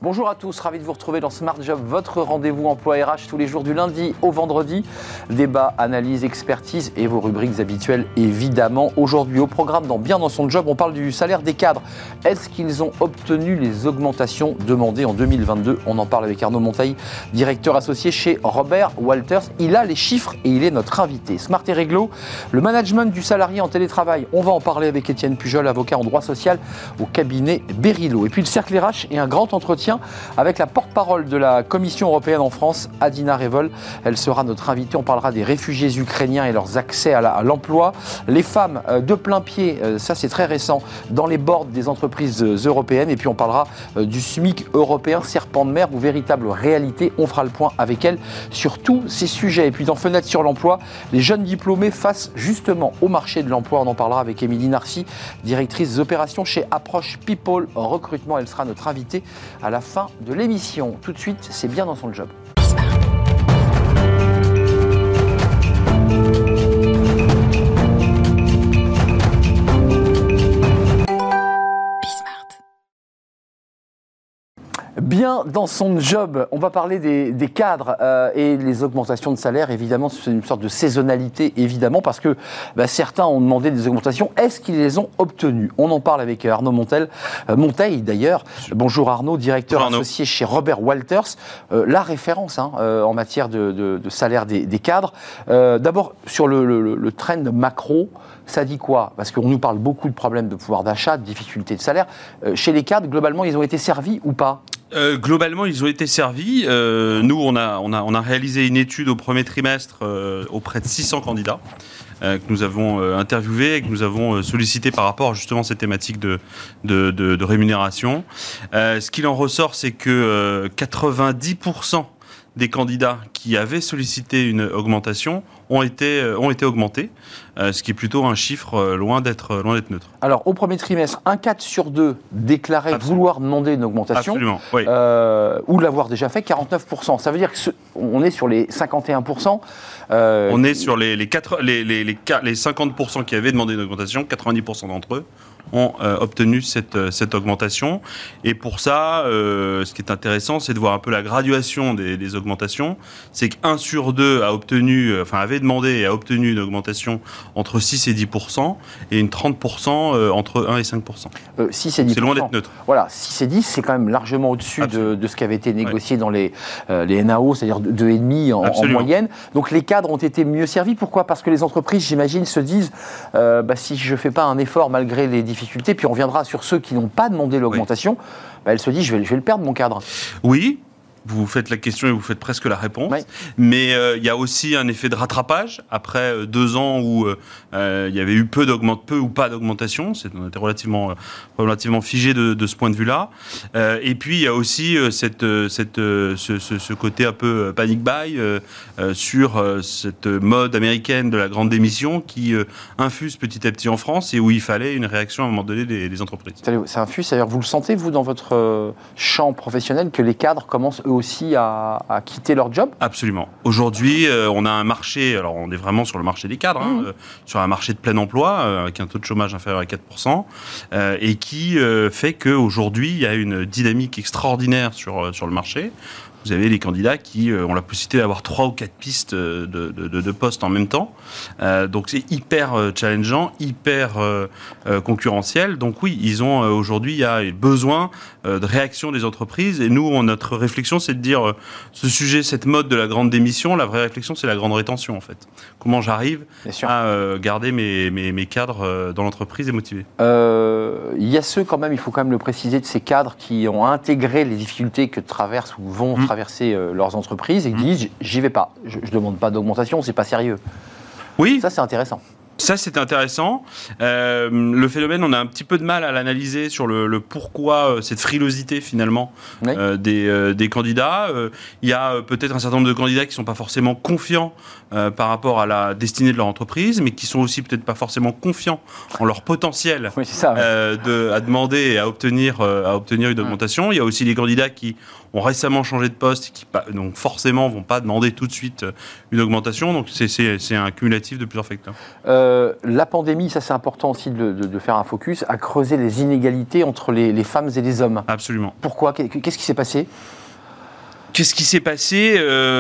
Bonjour à tous, ravi de vous retrouver dans Smart Job, votre rendez-vous emploi RH tous les jours du lundi au vendredi. Débat, analyse, expertise et vos rubriques habituelles évidemment. Aujourd'hui au programme dans Bien dans son job, on parle du salaire des cadres. Est-ce qu'ils ont obtenu les augmentations demandées en 2022 ? On en parle avec Arnaud Monteil, directeur associé chez Robert Walters. Il a les chiffres et il est notre invité. Smart et Réglo, le management du salarié en télétravail. On va en parler avec Étienne Pujol, avocat en droit social au cabinet Berilo. Et puis le cercle RH et un grand entretien avec la porte-parole de la Commission européenne en France, Adina Revol. Elle sera notre invitée. On parlera des réfugiés ukrainiens et leurs accès à l'emploi. Les femmes de plein pied, ça c'est très récent, dans les boards des entreprises européennes. Et puis on parlera du SMIC européen, serpent de mer ou véritable réalité. On fera le point avec elle sur tous ces sujets. Et puis dans Fenêtre sur l'emploi, les jeunes diplômés face justement au marché de l'emploi. On en parlera avec Émilie Narcy, directrice des opérations chez Approche People Recrutement. Elle sera notre invitée à la fin de l'émission. Tout de suite, c'est Bien dans son job. Bien dans son job, on va parler des cadres et les augmentations de salaire. Évidemment, c'est une sorte de saisonnalité, évidemment, parce que certains ont demandé des augmentations. Est-ce qu'ils les ont obtenues ? On en parle avec Arnaud Monteil, d'ailleurs. Bonjour Arnaud, directeur associé chez Robert Walters, la référence en matière de salaire des cadres. D'abord, sur le trend macro, ça dit quoi ? Parce qu'on nous parle beaucoup de problèmes de pouvoir d'achat, de difficultés de salaire. Chez les cadres, globalement, ils ont été servis ou pas ? Globalement, ils ont été servis. Nous, on a réalisé une étude au premier trimestre auprès de 600 candidats que nous avons interviewés et que nous avons sollicités par rapport à justement cette thématique de rémunération. Ce qu'il en ressort, c'est que 90% des candidats qui avaient sollicité une augmentation ont été augmentés, ce qui est plutôt un chiffre loin d'être neutre. Alors, au premier trimestre, 1 cadre sur 2 déclarait vouloir demander une augmentation. Absolument, oui. Ou l'avoir déjà fait, 49%. Ça veut dire qu'on est sur les 51%. On est sur les 50% qui avaient demandé une augmentation, 90% d'entre eux ont obtenu cette augmentation. Et pour ça, ce qui est intéressant, c'est de voir un peu la graduation des augmentations. C'est qu'1 sur 2 avait demandé et a obtenu une augmentation entre 6 et 10%, et une 30% entre 1 et 5%. 6 et 10%. C'est loin d'être neutre. Voilà, 6 et 10, c'est quand même largement au-dessus de ce qui avait été négocié dans les NAO, c'est-à-dire 2,5 en moyenne. Donc les cadres ont été mieux servis. Pourquoi ? Parce que les entreprises, j'imagine, se disent si je ne fais pas un effort malgré les difficultés, puis on reviendra sur ceux qui n'ont pas demandé l'augmentation, elles se disent je vais le perdre, mon cadre. Oui. Vous faites la question et vous faites presque la réponse. Oui. Mais il y a aussi un effet de rattrapage. Après 2 ans où il y avait eu peu ou pas d'augmentation, on était relativement figé de ce point de vue-là. Et puis il y a aussi ce côté un peu panic buy sur cette mode américaine de la grande démission qui infuse petit à petit en France et où il fallait une réaction à un moment donné des entreprises. Ça infuse, c'est-à-dire vous le sentez, vous, dans votre champ professionnel, que les cadres commencent eux aussi à quitter leur job ? Absolument. Aujourd'hui, on a un marché, alors on est vraiment sur le marché des cadres, sur un marché de plein emploi, avec un taux de chômage inférieur à 4%, et qui fait qu'aujourd'hui, il y a une dynamique extraordinaire sur le marché. Vous avez les candidats qui ont la possibilité d'avoir 3 ou 4 pistes de postes en même temps. Donc c'est hyper challengeant, hyper concurrentiel. Donc oui, ils ont aujourd'hui, il y a besoin de réaction des entreprises. Et nous, notre réflexion, c'est de dire ce sujet, cette mode de la grande démission, la vraie réflexion, c'est la grande rétention en fait. Comment j'arrive à garder mes cadres dans l'entreprise et motivés. Il y a ceux quand même, il faut quand même le préciser, de ces cadres qui ont intégré les difficultés que traversent ou vont traverser leurs entreprises et qui disent j'y vais pas, je demande pas d'augmentation, c'est pas sérieux. Oui. Ça c'est intéressant. Ça, c'est intéressant. Le phénomène, on a un petit peu de mal à l'analyser sur le pourquoi cette frilosité, finalement, des candidats. Il y a peut-être un certain nombre de candidats qui ne sont pas forcément confiants par rapport à la destinée de leur entreprise, mais qui sont aussi peut-être pas forcément confiants en leur potentiel à demander et à obtenir une augmentation. Il y a aussi les candidats qui ont récemment changé de poste et qui, donc forcément, vont pas demander tout de suite une augmentation. Donc, c'est un cumulatif de plusieurs facteurs. La pandémie, ça c'est important aussi de faire un focus, a creusé les inégalités entre les femmes et les hommes. Absolument. Pourquoi ? Qu'est-ce qui s'est passé ? Qu'est-ce qui s'est passé ?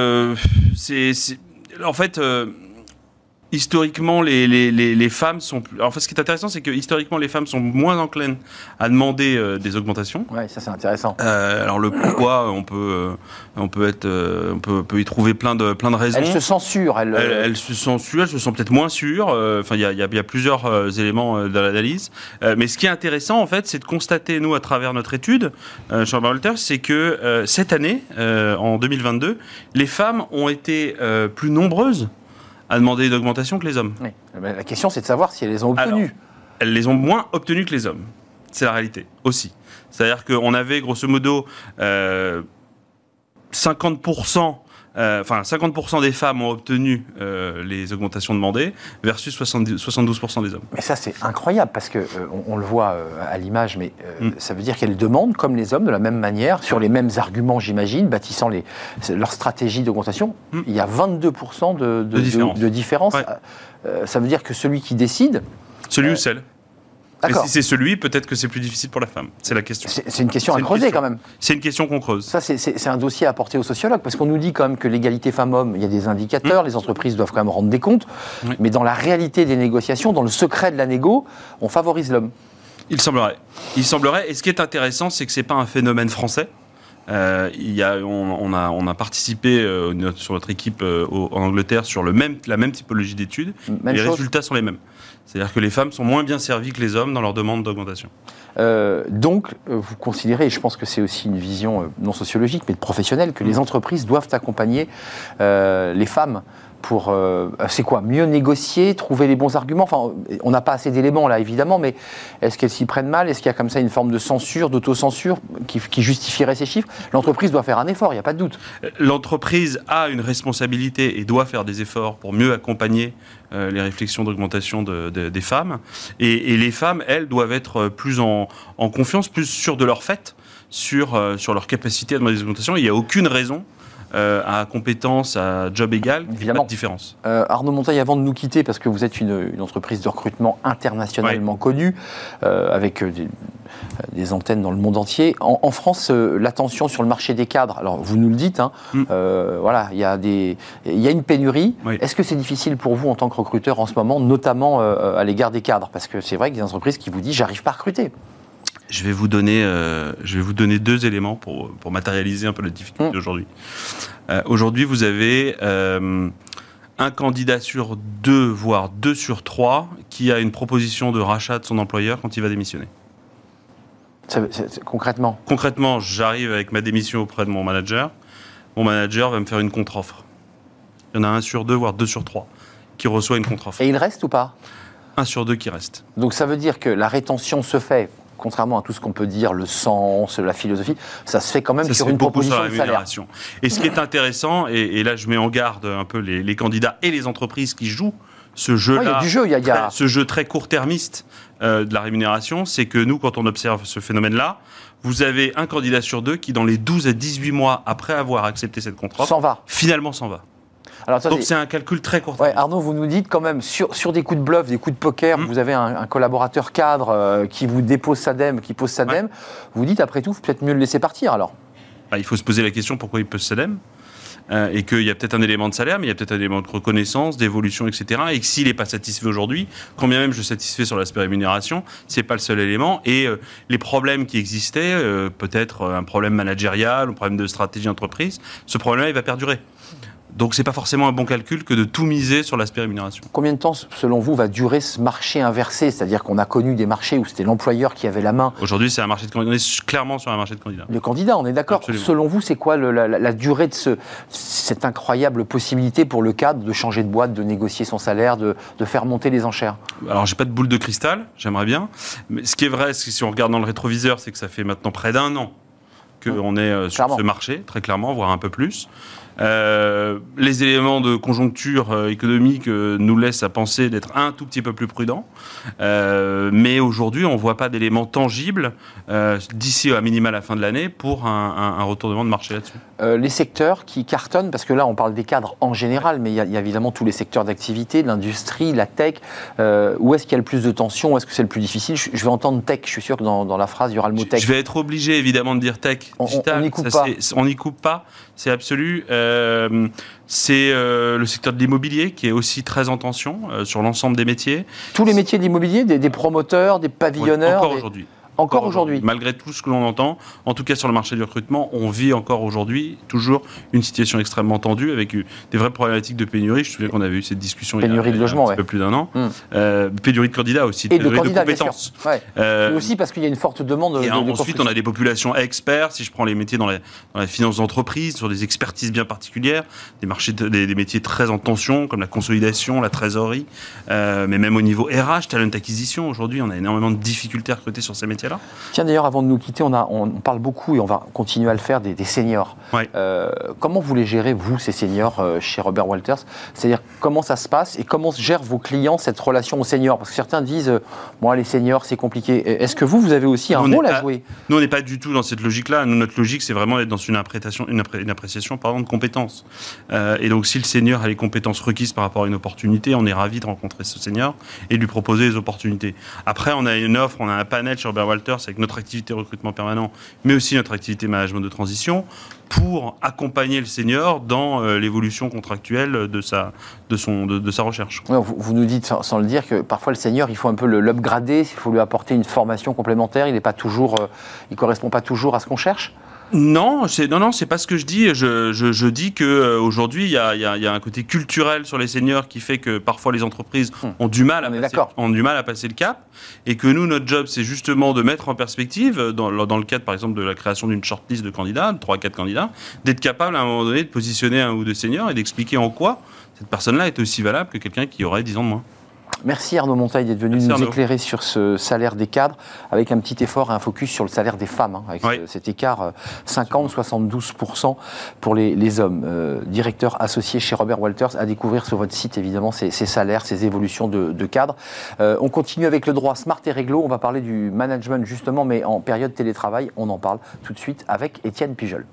En fait, historiquement, les femmes sont... En fait, ce qui est intéressant, c'est que historiquement, les femmes sont moins enclines à demander des augmentations. Oui, ça c'est intéressant. Alors le pourquoi, on peut y trouver plein de raisons. Elle se sent sûre. Elle se sent sûre, elle se sent peut-être moins sûre. Enfin, il y a plusieurs éléments dans l'analyse. Mais ce qui est intéressant, en fait, c'est de constater, nous, à travers notre étude, Charles Walter, c'est que cette année, en 2022, les femmes ont été plus nombreuses à demander une augmentation que les hommes. Oui. La question, c'est de savoir si elles les ont obtenues. Alors, elles les ont moins obtenues que les hommes. C'est la réalité, aussi. C'est-à-dire qu'on avait, grosso modo, 50% des femmes ont obtenu les augmentations demandées versus 72% des hommes. Mais ça, c'est incroyable parce que on le voit à l'image, mais ça veut dire qu'elles demandent, comme les hommes, de la même manière, sur les mêmes arguments, j'imagine, bâtissant leur stratégie d'augmentation. Il y a 22% de différence. Ouais. Ça veut dire que celui qui décide... Celui ou celle. Et D'accord. si c'est celui, peut-être que c'est plus difficile pour la femme. C'est la question. C'est une question à creuser quand même. C'est une question qu'on creuse. Ça, c'est un dossier à apporter aux sociologues, parce qu'on nous dit quand même que l'égalité femmes-hommes, il y a des indicateurs, les entreprises doivent quand même rendre des comptes, mais dans la réalité des négociations, dans le secret de la négo, on favorise l'homme. Il semblerait. Et ce qui est intéressant, c'est que c'est pas un phénomène français. On a participé sur notre équipe en Angleterre sur la même typologie d'études. Les résultats sont les mêmes. C'est-à-dire que les femmes sont moins bien servies que les hommes dans leur demande d'augmentation. Donc, vous considérez, et je pense que c'est aussi une vision non sociologique, mais professionnelle, que les entreprises doivent accompagner les femmes pour, c'est quoi, mieux négocier, trouver les bons arguments. Enfin, on n'a pas assez d'éléments là, évidemment, mais est-ce qu'elles s'y prennent mal ? Est-ce qu'il y a comme ça une forme de censure, d'autocensure qui justifierait ces chiffres ? L'entreprise doit faire un effort, il n'y a pas de doute. L'entreprise a une responsabilité et doit faire des efforts pour mieux accompagner les réflexions d'augmentation des femmes. Et les femmes, elles, doivent être plus en confiance, plus sûres de leur fait, sur leur capacité à demander des augmentations. Il n'y a aucune raison à compétence, à job égal, il n'y a pas de différence. Arnaud Montaille, avant de nous quitter, parce que vous êtes une entreprise de recrutement internationalement connue, avec des antennes dans le monde entier. En France, l'attention sur le marché des cadres, alors vous nous le dites, voilà, il y a une pénurie. Oui. Est-ce que c'est difficile pour vous en tant que recruteur en ce moment, notamment à l'égard des cadres ? Parce que c'est vrai qu'il y a des entreprises qui vous disent « j'arrive pas à recruter ». Je vais vous donner 2 éléments pour matérialiser un peu la difficulté d'aujourd'hui. Aujourd'hui, vous avez un candidat sur 2, voire 2 sur 3, qui a une proposition de rachat de son employeur quand il va démissionner. Concrètement ? Concrètement, j'arrive avec ma démission auprès de mon manager. Mon manager va me faire une contre-offre. Il y en a 1 sur 2, voire 2 sur 3, qui reçoit une contre-offre. Et il reste ou pas ? 1 sur 2 qui reste. Donc ça veut dire que la rétention se fait, contrairement à tout ce qu'on peut dire, le sens, la philosophie, ça se fait quand même sur une proposition de salaire. Et ce qui est intéressant, et là je mets en garde un peu les candidats et les entreprises qui jouent ce jeu-là, il y a du jeu, ce jeu très court-termiste de la rémunération, c'est que nous, quand on observe ce phénomène-là, vous avez un candidat sur 2 qui, dans les 12 à 18 mois après avoir accepté cette contre-offre, finalement s'en va. Alors, donc c'est un calcul très court terme. Ouais, Arnaud, vous nous dites quand même, sur des coups de bluff, des coups de poker, vous avez un collaborateur cadre qui vous dépose sa dème, qui pose sa dème, vous dites après tout, peut-être mieux le laisser partir alors. Il faut se poser la question pourquoi il pose sa dème. Et qu'il y a peut-être un élément de salaire, mais il y a peut-être un élément de reconnaissance, d'évolution, etc. Et que s'il n'est pas satisfait aujourd'hui, quand bien même je satisfais sur l'aspect rémunération, c'est pas le seul élément. Et les problèmes qui existaient, peut-être un problème managérial, un problème de stratégie d'entreprise, ce problème-là, il va perdurer. Donc, c'est pas forcément un bon calcul que de tout miser sur l'aspect rémunération. Combien de temps, selon vous, va durer ce marché inversé ? C'est-à-dire qu'on a connu des marchés où c'était l'employeur qui avait la main. Aujourd'hui, c'est un marché de candidats. On est clairement sur un marché de candidats. Le candidat, on est d'accord. Absolument. Selon vous, c'est quoi la durée de cette incroyable possibilité pour le cadre de changer de boîte, de négocier son salaire, de faire monter les enchères ? Alors, j'ai pas de boule de cristal, j'aimerais bien. Mais ce qui est vrai, c'est que si on regarde dans le rétroviseur, c'est que ça fait maintenant près d'1 an qu'on est sur ce marché, très clairement, voire un peu plus. Les éléments de conjoncture économique nous laissent à penser d'être un tout petit peu plus prudent. Mais aujourd'hui, on ne voit pas d'éléments tangibles d'ici à minima la fin de l'année pour un retournement de marché là-dessus. Les secteurs qui cartonnent, parce que là on parle des cadres en général, mais il y a évidemment tous les secteurs d'activité, l'industrie, la tech. Où est-ce qu'il y a le plus de tension? Où est-ce que c'est le plus difficile? Je vais entendre tech, je suis sûr que dans la phrase il y aura le mot tech. Je vais être obligé évidemment de dire tech, digital. On n'y coupe pas, c'est absolu. C'est le secteur de l'immobilier qui est aussi très en tension sur l'ensemble des métiers. Tous les métiers de l'immobilier, des promoteurs, des pavillonneurs. Encore aujourd'hui. Encore aujourd'hui. Malgré tout ce que l'on entend, en tout cas sur le marché du recrutement, on vit encore aujourd'hui toujours une situation extrêmement tendue avec des vraies problématiques de pénurie. Je me souviens qu'on avait eu cette discussion il y a un petit peu plus d'un an. Pénurie de candidats aussi, pénurie de compétences. Mais aussi parce qu'il y a une forte demande. Ensuite, on a des populations experts. Si je prends les métiers dans la finance d'entreprise, sur des expertises bien particulières, des métiers très en tension comme la consolidation, la trésorerie, mais même au niveau RH, talent acquisition. Aujourd'hui, on a énormément de difficultés à recruter sur ces métiers. Tiens, d'ailleurs, avant de nous quitter, on parle beaucoup et on va continuer à le faire des seniors. Ouais. Comment vous les gérez, vous, ces seniors, chez Robert Walters? C'est-à-dire, comment ça se passe et comment gèrent vos clients cette relation aux seniors? Parce que certains disent, moi, les seniors, c'est compliqué. Est-ce que vous avez aussi un rôle à jouer? Nous, on n'est pas du tout dans cette logique-là. Nous, notre logique, c'est vraiment d'être dans une appréciation de compétences. Et donc, si le senior a les compétences requises par rapport à une opportunité, on est ravi de rencontrer ce senior et de lui proposer les opportunités. Après, on a une offre, on a un panel chez Robert Walters avec notre activité recrutement permanent, mais aussi notre activité management de transition, pour accompagner le senior dans l'évolution contractuelle de sa recherche. Vous nous dites, sans le dire, que parfois le senior, il faut un peu l'upgrader, il faut lui apporter une formation complémentaire, il ne correspond pas toujours à ce qu'on cherche? Non, c'est pas ce que je dis. Je dis que aujourd'hui, il y a un côté culturel sur les seniors qui fait que parfois les entreprises ont du mal à passer le cap, et que nous, notre job, c'est justement de mettre en perspective, dans le cadre, par exemple, de la création d'une shortlist de candidats, de 3 à 4 candidats, d'être capable à un moment donné de positionner un ou deux seniors et d'expliquer en quoi cette personne-là est aussi valable que quelqu'un qui aurait 10 ans de moins. Merci Arnaud Montaille d'être venu nous éclairer sur ce salaire des cadres, avec un petit effort et un focus sur le salaire des femmes, avec cet écart 50-72% pour les hommes. Directeur associé chez Robert Walters, à découvrir sur votre site évidemment ces salaires, ces évolutions de cadres. On continue avec le droit Smart et Réglo, on va parler du management justement, mais en période télétravail, on en parle tout de suite avec Étienne Pujol.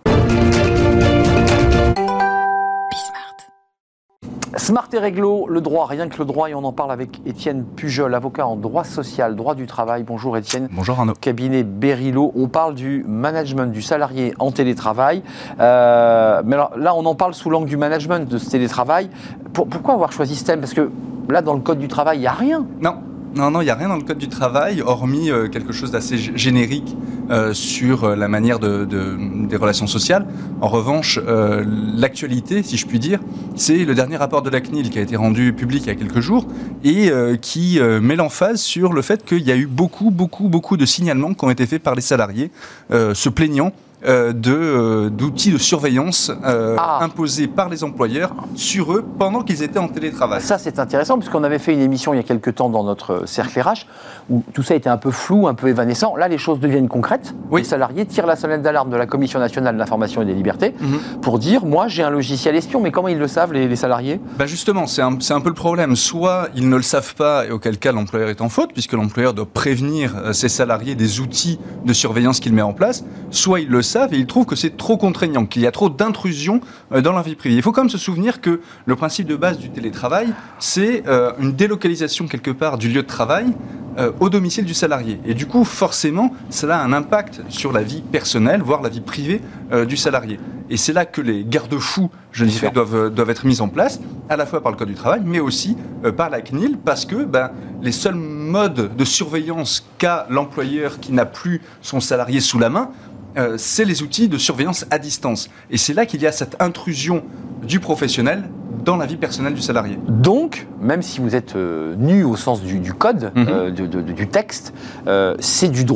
Smart et Réglo, le droit, rien que le droit, et on en parle avec Étienne Pujol, avocat en droit social, droit du travail. Bonjour Étienne. Bonjour Arnaud. Cabinet Berilo. On parle du management du salarié en télétravail. Mais alors, là, on en parle sous l'angle du management de ce télétravail. Pourquoi avoir choisi ce thème? Parce que là, dans le Code du travail, il n'y a rien. Non, il n'y a rien dans le Code du travail, hormis quelque chose d'assez générique sur la manière des relations sociales. En revanche, l'actualité, si je puis dire, c'est le dernier rapport de la CNIL qui a été rendu public il y a quelques jours et qui met l'emphase sur le fait qu'il y a eu beaucoup de signalements qui ont été faits par les salariés se plaignant d'outils de surveillance imposés par les employeurs sur eux pendant qu'ils étaient en télétravail. Ça, c'est intéressant, puisqu'on avait fait une émission il y a quelques temps dans notre cercle RH, où tout ça était un peu flou, un peu évanescent. Là, les choses deviennent concrètes. Oui. Les salariés tirent la sonnette d'alarme de la Commission nationale de l'information et des libertés pour dire, moi, j'ai un logiciel espion. Mais comment ils le savent, les salariés? Justement, c'est un peu le problème. Soit ils ne le savent pas, et auquel cas l'employeur est en faute, puisque l'employeur doit prévenir ses salariés des outils de surveillance qu'il met en place, soit ils le savent et ils trouvent que c'est trop contraignant, qu'il y a trop d'intrusion dans la vie privée. Il faut quand même se souvenir que le principe de base du télétravail, c'est une délocalisation quelque part du lieu de travail au domicile du salarié. Et du coup, forcément, cela a un impact sur la vie personnelle, voire la vie privée du salarié. Et c'est là que les garde-fous, je dirais, doivent être mis en place, à la fois par le Code du travail, mais aussi par la CNIL, parce que les seuls modes de surveillance qu'a l'employeur qui n'a plus son salarié sous la main, c'est les outils de surveillance à distance. Et c'est là qu'il y a cette intrusion du professionnel dans la vie personnelle du salarié. Donc, même si vous êtes nu au sens du code, du texte, c'est du droit.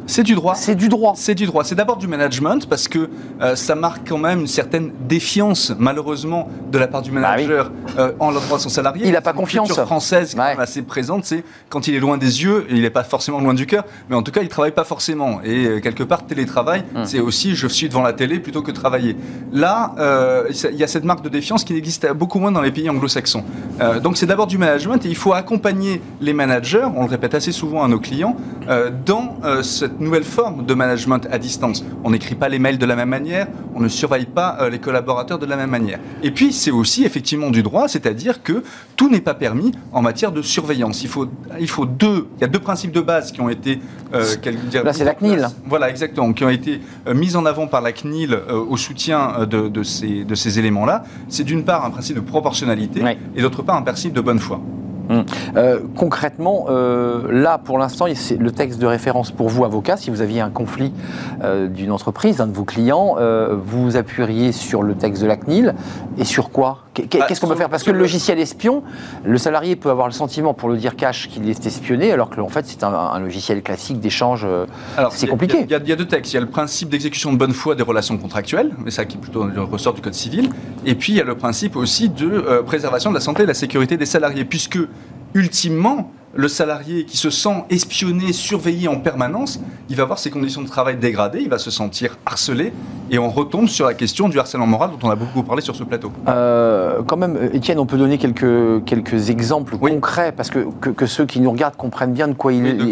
C'est du droit. C'est du droit. C'est du droit. C'est d'abord du management parce que ça marque quand même une certaine défiance, malheureusement, de la part du manager en l'endroit de son salarié. Il n'a pas confiance. La culture française qui est quand même assez présente, c'est quand il est loin des yeux, il n'est pas forcément loin du cœur, mais en tout cas, il ne travaille pas forcément. Et quelque part, télétravail, c'est aussi je suis devant la télé plutôt que travailler. Là, il y a cette marque de défiance qui n'existe beaucoup moins dans les pays anglo-saxons. Donc c'est d'abord du management et il faut accompagner les managers, on le répète assez souvent à nos clients, dans cette nouvelle forme de management à distance. On n'écrit pas les mails de la même manière, on ne surveille pas les collaborateurs de la même manière. Et puis, c'est aussi effectivement du droit, c'est-à-dire que tout n'est pas permis en matière de surveillance. Il y a deux principes de base qui ont été... là, c'est la CNIL. Voilà, exactement, qui ont été mis en avant par la CNIL au soutien de ces éléments-là. C'est d'une part un principe de proportionnalité et d'autre part un principe de bonne foi. Concrètement, là, pour l'instant, c'est le texte de référence pour vous, avocat. Si vous aviez un conflit d'une entreprise, d'un de vos clients, vous vous appuieriez sur le texte de la CNIL. Et sur quoi ? Qu'est-ce qu'on peut faire ? Parce que le logiciel espion, le salarié peut avoir le sentiment, pour le dire cash, qu'il est espionné, alors que en fait, c'est un logiciel classique d'échange. C'est compliqué. Il y a deux textes. Il y a le principe d'exécution de bonne foi des relations contractuelles, mais ça qui plutôt ressort du Code civil. Et puis, il y a le principe aussi de préservation de la santé et de la sécurité des salariés, puisque ultimement, le salarié qui se sent espionné, surveillé en permanence, il va voir ses conditions de travail dégradées, il va se sentir harcelé, et on retombe sur la question du harcèlement moral dont on a beaucoup parlé sur ce plateau. Quand même, Étienne, on peut donner quelques exemples concrets, parce que ceux qui nous regardent comprennent bien de quoi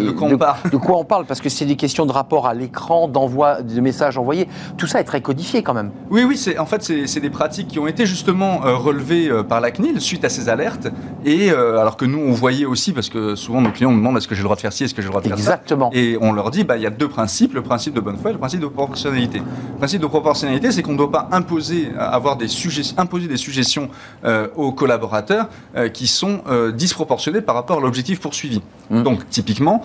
on parle, parce que c'est des questions de rapport à l'écran, d'envoi de messages envoyés. Tout ça est très codifié quand même. Oui, c'est des pratiques qui ont été justement relevées par la CNIL suite à ces alertes, et alors que nous, on voyait aussi, parce que souvent nos clients nous demandent est-ce que j'ai le droit de faire ci, est-ce que j'ai le droit de faire ça. Exactement. Et on leur dit, il y a deux principes, le principe de bonne foi et le principe de proportionnalité. Le principe de proportionnalité, c'est qu'on ne doit pas imposer des suggestions aux collaborateurs qui sont disproportionnées par rapport à l'objectif poursuivi. Donc, typiquement,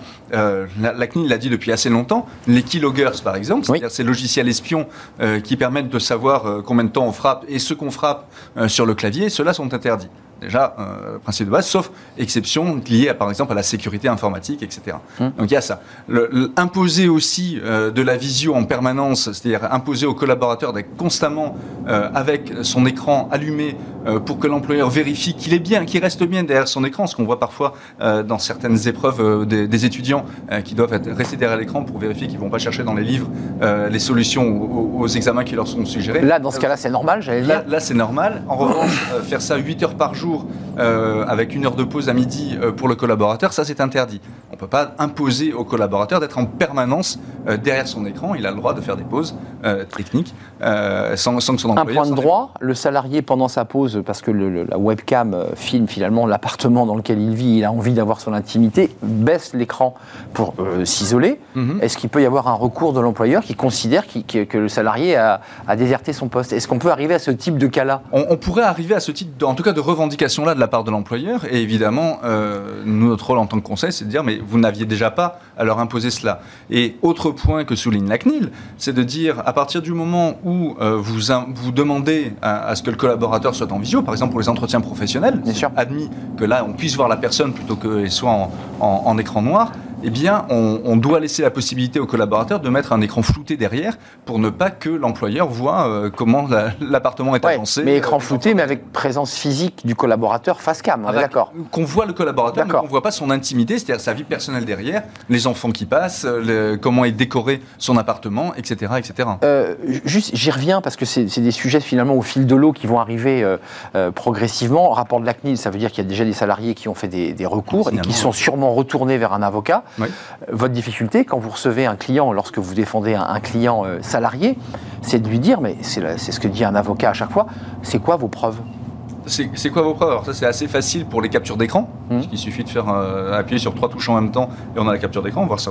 la CNIL l'a dit depuis assez longtemps, les keyloggers, par exemple, c'est-à-dire ces logiciels espions qui permettent de savoir combien de temps on frappe et ce qu'on frappe sur le clavier, ceux-là sont interdits. Déjà, principe de base, sauf exception liée, par exemple, à la sécurité informatique, etc. Donc, il y a ça. Imposer aussi de la visio en permanence, c'est-à-dire imposer aux collaborateurs d'être constamment avec son écran allumé pour que l'employeur vérifie qu'il est bien, qu'il reste bien derrière son écran, ce qu'on voit parfois dans certaines épreuves des étudiants qui doivent rester derrière l'écran pour vérifier qu'ils ne vont pas chercher dans les livres les solutions aux examens qui leur sont suggérés. Là, dans ce cas-là, c'est normal, j'allais dire. Là, c'est normal. En revanche, faire ça 8 heures par jour, avec 1 heure de pause à midi pour le collaborateur, ça c'est interdit. On ne peut pas imposer au collaborateur d'être en permanence derrière son écran. Il a le droit de faire des pauses techniques sans que son employeur... Un point de droit, le salarié pendant sa pause, parce que la webcam filme finalement l'appartement dans lequel il vit, il a envie d'avoir son intimité, baisse l'écran pour s'isoler. Est-ce qu'il peut y avoir un recours de l'employeur qui considère que le salarié a déserté son poste ? Est-ce qu'on peut arriver à ce type de cas-là ? On pourrait arriver à ce type, en tout cas, de revendication-là de la part de l'employeur. Et évidemment, notre rôle en tant que conseil, c'est de dire, mais vous n'aviez déjà pas à leur imposer cela. Et autre point que souligne la CNIL, c'est de dire, à partir du moment où vous demandez à ce que le collaborateur soit en visio, par exemple pour les entretiens professionnels, c'est admis que là, on puisse voir la personne plutôt qu'elle soit en écran noir, eh bien, on doit laisser la possibilité aux collaborateurs de mettre un écran flouté derrière pour ne pas que l'employeur voit comment l'appartement est agencé. Mais écran flouté, mais avec présence physique du collaborateur face cam, on est d'accord. Qu'on voit le collaborateur, mais qu'on ne voit pas son intimité, c'est-à-dire sa vie personnelle derrière, les enfants qui passent, comment est décoré son appartement, etc. etc. Juste, j'y reviens parce que c'est des sujets finalement au fil de l'eau qui vont arriver progressivement. Rapport de la CNIL, ça veut dire qu'il y a déjà des salariés qui ont fait des recours et qui sont sûrement retournés vers un avocat. Oui. Votre difficulté, quand vous recevez un client, lorsque vous défendez un client salarié, c'est de lui dire, mais c'est ce que dit un avocat à chaque fois, c'est quoi vos preuves ? C'est quoi vos preuves ? Alors ça, c'est assez facile pour les captures d'écran. Il suffit de faire appuyer sur 3 touches en même temps et on a la capture d'écran, voire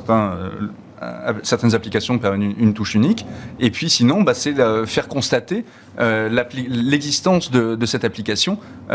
certaines applications permettent une touche unique. Et puis sinon, c'est faire constater l'existence de cette application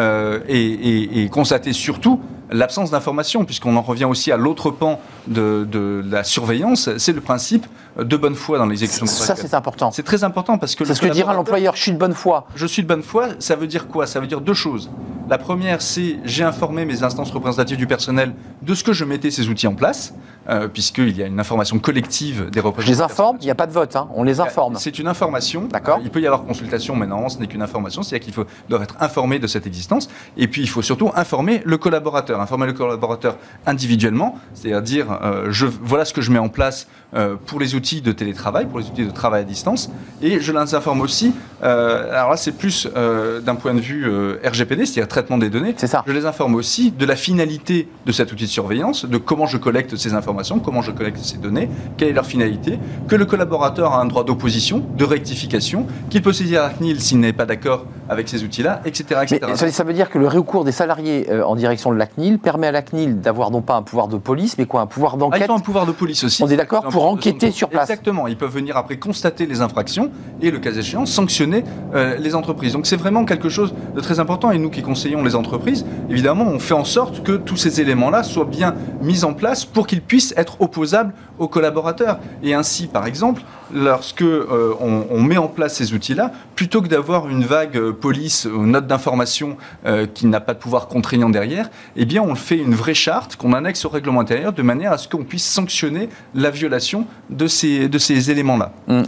et constater surtout l'absence d'information, puisqu'on en revient aussi à l'autre pan de la surveillance, c'est le principe de bonne foi dans l'exécution contractuelle. Ça, c'est important. C'est très important parce que... C'est ce que dira l'employeur, je suis de bonne foi. Je suis de bonne foi, ça veut dire quoi ? Ça veut dire 2 choses. La première, c'est j'ai informé mes instances représentatives du personnel de ce que je mettais ces outils en place. puisqu'il y a une information collective des représentants. Je les informe, il n'y a pas de vote, hein, on les informe. C'est une information. D'accord. Il peut y avoir consultation, mais non, ce n'est qu'une information. C'est-à-dire qu'il doit être informé de cette existence. Et puis, il faut surtout informer le collaborateur. Informer le collaborateur individuellement, c'est-à-dire dire, voilà ce que je mets en place pour les outils de télétravail, pour les outils de travail à distance. Et je les informe aussi, alors là, c'est plus d'un point de vue RGPD, c'est-à-dire traitement des données. C'est ça. Je les informe aussi de la finalité de cet outil de surveillance, de comment je collecte ces informations, comment je collecte ces données, quelle est leur finalité, que le collaborateur a un droit d'opposition, de rectification, qu'il peut saisir la CNIL s'il n'est pas d'accord avec ces outils-là, etc. Mais ça veut dire que le recours des salariés en direction de la CNIL permet à la CNIL d'avoir non pas un pouvoir de police, mais quoi, un pouvoir d'enquête. Ils ont un pouvoir de police aussi. On est d'accord, pour enquêter sur place. Exactement. Ils peuvent venir après constater les infractions et, le cas échéant, sanctionner les entreprises. Donc c'est vraiment quelque chose de très important. Et nous qui conseillons les entreprises, évidemment, on fait en sorte que tous ces éléments-là soient bien mis en place pour qu'ils puissent être opposables aux collaborateurs. Et ainsi, par exemple, lorsque on met en place ces outils-là, plutôt que d'avoir une vague police ou note d'information qui n'a pas de pouvoir contraignant derrière, eh bien, on fait une vraie charte qu'on annexe au règlement intérieur de manière à ce qu'on puisse sanctionner la violation de ces éléments-là.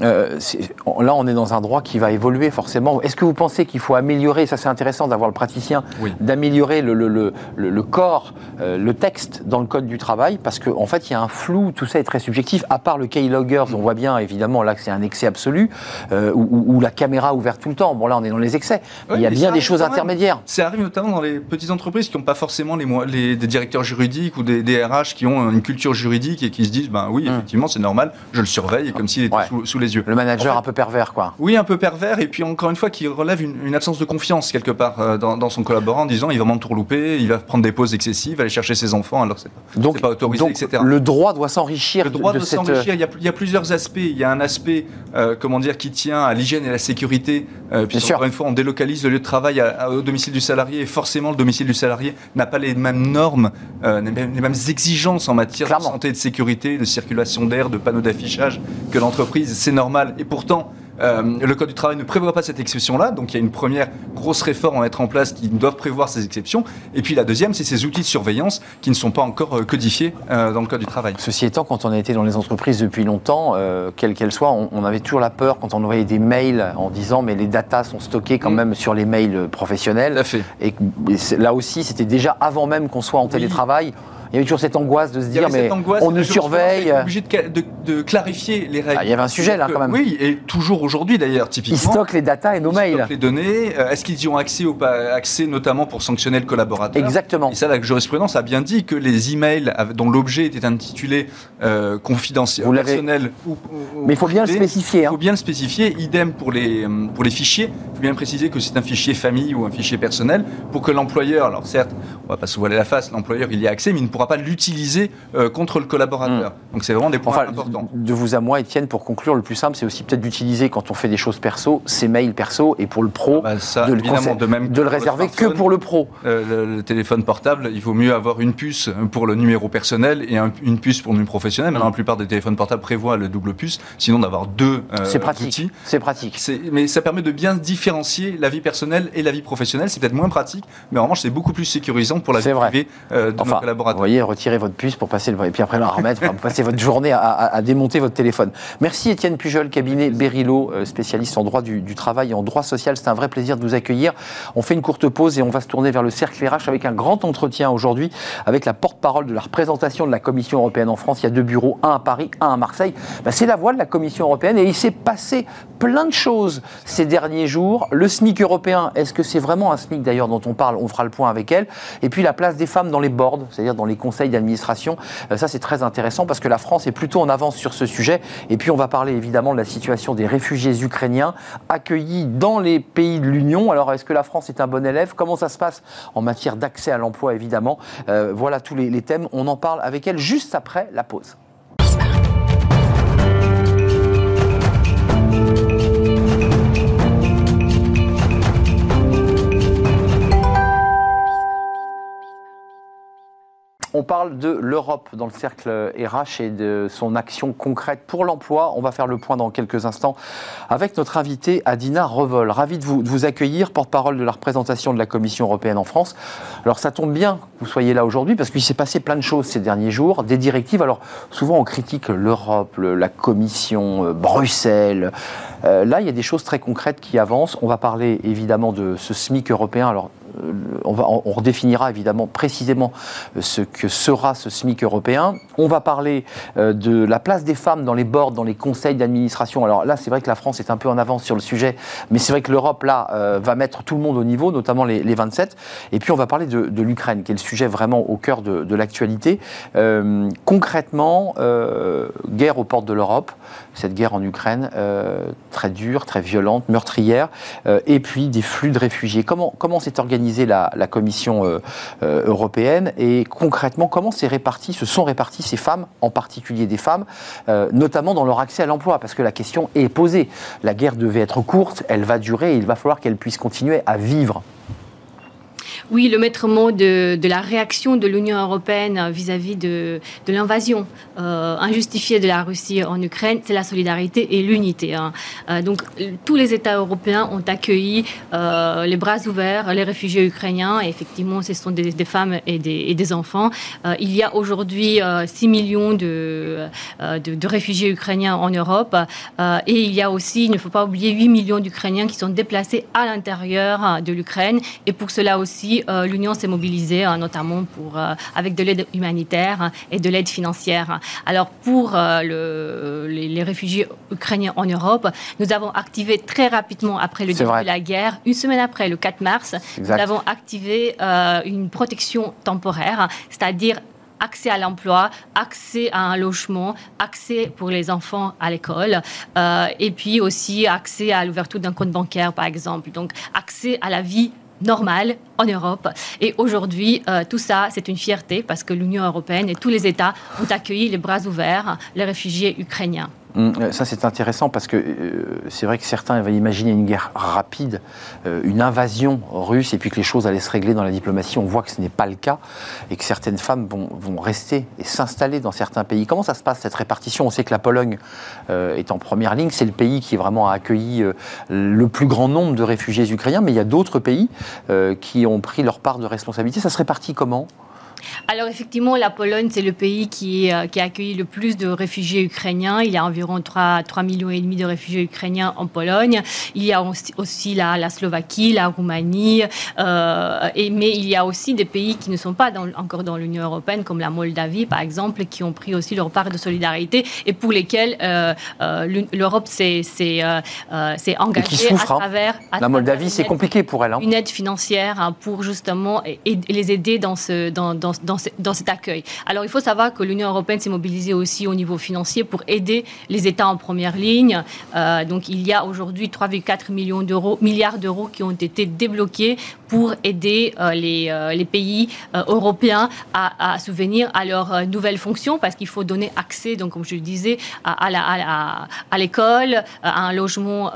Là, on est dans un droit qui va évoluer forcément. Est-ce que vous pensez qu'il faut améliorer, ça c'est intéressant d'avoir le praticien, d'améliorer le corps, le texte dans le code du travail, parce qu'en fait, il y a un flou, tout ça est très subjectif, à part le keyloggers, on voit bien évidemment là que c'est un excès absolu, ou la caméra ouverte tout le temps. Bon là, on est dans les excès. Il y a bien des choses intermédiaires. Ça arrive notamment dans les petites entreprises qui n'ont pas forcément des directeurs juridiques ou des RH qui ont une culture juridique et qui se disent, ben oui, effectivement, c'est normal, je le surveille, comme s'il était sous les yeux. Le manager un peu pervers, quoi. Oui, un peu pervers, et puis encore une fois, qui relève une absence de confiance quelque part dans son collaborant, en disant, il va m'entourlouper, il va prendre des pauses excessives, aller chercher ses enfants, alors c'est pas autorisé, donc, etc. Le droit doit s'enrichir. Le droit doit s'enrichir. Il y a plusieurs aspects. Il y a un aspect, qui tient à l'hygiène et à la sécurité. Puis encore une fois, on délocalise le lieu de travail au domicile du salarié, et forcément, le domicile du salarié n'a pas les mêmes normes, les mêmes exigences en matière de santé et de sécurité, de circulation d'air, de panneaux d'affichage que l'entreprise. C'est normal. Et pourtant, le Code du travail ne prévoit pas cette exception-là, donc il y a une première grosse réforme à mettre en place qui doivent prévoir ces exceptions. Et puis la deuxième, c'est ces outils de surveillance qui ne sont pas encore codifiés dans le Code du travail. Ceci étant, quand on a été dans les entreprises depuis longtemps, quelles qu'elles soient, on avait toujours la peur quand on envoyait des mails en disant mais les datas sont stockées quand même sur les mails professionnels. Tout à fait. Et là aussi, c'était déjà avant même qu'on soit en télétravail. Il y avait toujours cette angoisse de se dire, mais on nous surveille. On est obligé de clarifier les règles. Il y avait un sujet là quand même. Oui, et toujours aujourd'hui d'ailleurs, typiquement. Ils stockent les datas et nos mails. Ils stockent les données. Est-ce qu'ils y ont accès ou pas accès, notamment pour sanctionner le collaborateur? Exactement. Et ça, la jurisprudence a bien dit que les emails dont l'objet était intitulé confidentiel, personnel mais il faut bien le spécifier. Il faut bien le spécifier. Idem pour les fichiers. Il faut bien préciser que c'est un fichier famille ou un fichier personnel pour que l'employeur, alors certes, on ne va pas se voiler la face, l'employeur il y a accès, mais il ne pourra pas l'utiliser contre le collaborateur. Donc c'est vraiment des points importants. De vous à moi, Étienne, pour conclure, le plus simple, c'est aussi peut-être d'utiliser quand on fait des choses perso, ses mails perso, et pour le pro, de le réserver que pour le pro. Le téléphone portable, il vaut mieux avoir une puce pour le numéro personnel et une puce pour le numéro professionnel. Maintenant, la plupart des téléphones portables prévoient le double puce, sinon d'avoir deux outils. C'est pratique. Mais ça permet de bien différencier la vie personnelle et la vie professionnelle. C'est peut-être moins pratique, mais en revanche, c'est beaucoup plus sécurisant pour la vie privée de nos collaborateurs. Vous voyez, retirez votre puce pour passer et puis après la remettre, vous passez votre journée à démonter votre téléphone. Merci Étienne Pujol, cabinet Berilo, spécialiste en droit du travail et en droit social. C'est un vrai plaisir de vous accueillir. On fait une courte pause et on va se tourner vers le cercle RH avec un grand entretien aujourd'hui avec la porte-parole de la représentation de la Commission européenne en France. Il y a 2 bureaux, un à Paris, un à Marseille. C'est la voix de la Commission européenne et il s'est passé plein de choses ces derniers jours. Le SMIC européen, est-ce que c'est vraiment un SMIC d'ailleurs dont on parle? On fera le point avec elle. Et puis la place des femmes dans les boards, c'est-à-dire dans les conseils d'administration. Ça, c'est très intéressant parce que la France est plutôt en avance sur ce sujet. Et puis, on va parler évidemment de la situation des réfugiés ukrainiens accueillis dans les pays de l'Union. Alors, est-ce que la France est un bon élève? Comment ça se passe en matière d'accès à l'emploi, évidemment? Voilà tous les thèmes. On en parle avec elle juste après la pause. On parle de l'Europe dans le cercle RH et de son action concrète pour l'emploi. On va faire le point dans quelques instants avec notre invitée Adina Revol. Ravi de vous accueillir, porte-parole de la représentation de la Commission européenne en France. Alors ça tombe bien que vous soyez là aujourd'hui parce qu'il s'est passé plein de choses ces derniers jours, des directives. Alors souvent on critique l'Europe, la Commission, Bruxelles. Là il y a des choses très concrètes qui avancent. On va parler évidemment de ce SMIC européen. Alors on redéfinira évidemment précisément ce que sera ce SMIC européen. On va parler de la place des femmes dans les boards, dans les conseils d'administration. Alors là, c'est vrai que la France est un peu en avance sur le sujet, mais c'est vrai que l'Europe, là, va mettre tout le monde au niveau, notamment les 27. Et puis, on va parler de l'Ukraine, qui est le sujet vraiment au cœur de l'actualité. Concrètement, guerre aux portes de l'Europe, cette guerre en Ukraine, très dure, très violente, meurtrière, et puis des flux de réfugiés. Comment s'est organisée la Commission européenne et concrètement comment se sont réparties ces femmes, en particulier des femmes, notamment dans leur accès à l'emploi, parce que la question est posée. La guerre devait être courte, elle va durer et il va falloir qu'elle puisse continuer à vivre. Oui, le maître mot de la réaction de l'Union européenne vis-à-vis de l'invasion injustifiée de la Russie en Ukraine, c'est la solidarité et l'unité. Donc, tous les États européens ont accueilli les bras ouverts les réfugiés ukrainiens. Et effectivement, ce sont des femmes et des enfants. Il y a aujourd'hui 6 millions de réfugiés ukrainiens en Europe. Et il y a aussi, il ne faut pas oublier, 8 millions d'Ukrainiens qui sont déplacés à l'intérieur de l'Ukraine. Et pour cela aussi, l'Union s'est mobilisée, notamment avec de l'aide humanitaire et de l'aide financière. Alors, pour les réfugiés ukrainiens en Europe, nous avons activé très rapidement après le début de la guerre, une semaine après, le 4 mars, nous avons activé une protection temporaire, c'est-à-dire accès à l'emploi, accès à un logement, accès pour les enfants à l'école, et puis aussi accès à l'ouverture d'un compte bancaire, par exemple. Donc, accès à la vie normale en Europe. Et aujourd'hui, tout ça, c'est une fierté parce que l'Union européenne et tous les États ont accueilli les bras ouverts les réfugiés ukrainiens. Ça, c'est intéressant parce que c'est vrai que certains avaient imaginé une guerre rapide, une invasion russe, et puis que les choses allaient se régler dans la diplomatie. On voit que ce n'est pas le cas et que certaines femmes vont rester et s'installer dans certains pays. Comment ça se passe, cette répartition ? On sait que la Pologne est en première ligne. C'est le pays qui vraiment a accueilli le plus grand nombre de réfugiés ukrainiens, mais il y a d'autres pays qui ont pris leur part de responsabilité. Ça se répartit comment ? Alors effectivement, la Pologne, c'est le pays qui a accueilli le plus de réfugiés ukrainiens. Il y a environ 3,5 millions de réfugiés ukrainiens en Pologne. Il y a aussi la Slovaquie, la Roumanie. Mais il y a aussi des pays qui ne sont pas encore dans l'Union européenne, comme la Moldavie, par exemple, qui ont pris aussi leur part de solidarité et pour lesquels l'Europe s'est engagée à travers... La Moldavie, c'est compliqué pour elle. Une aide financière pour justement les aider dans cet accueil. Alors, il faut savoir que l'Union européenne s'est mobilisée aussi au niveau financier pour aider les États en première ligne. Donc, il y a aujourd'hui 3,4 milliards d'euros qui ont été débloqués pour aider les pays européens à souvenir à leurs nouvelles fonctions, parce qu'il faut donner accès, donc, comme je le disais, à l'école, à un logement,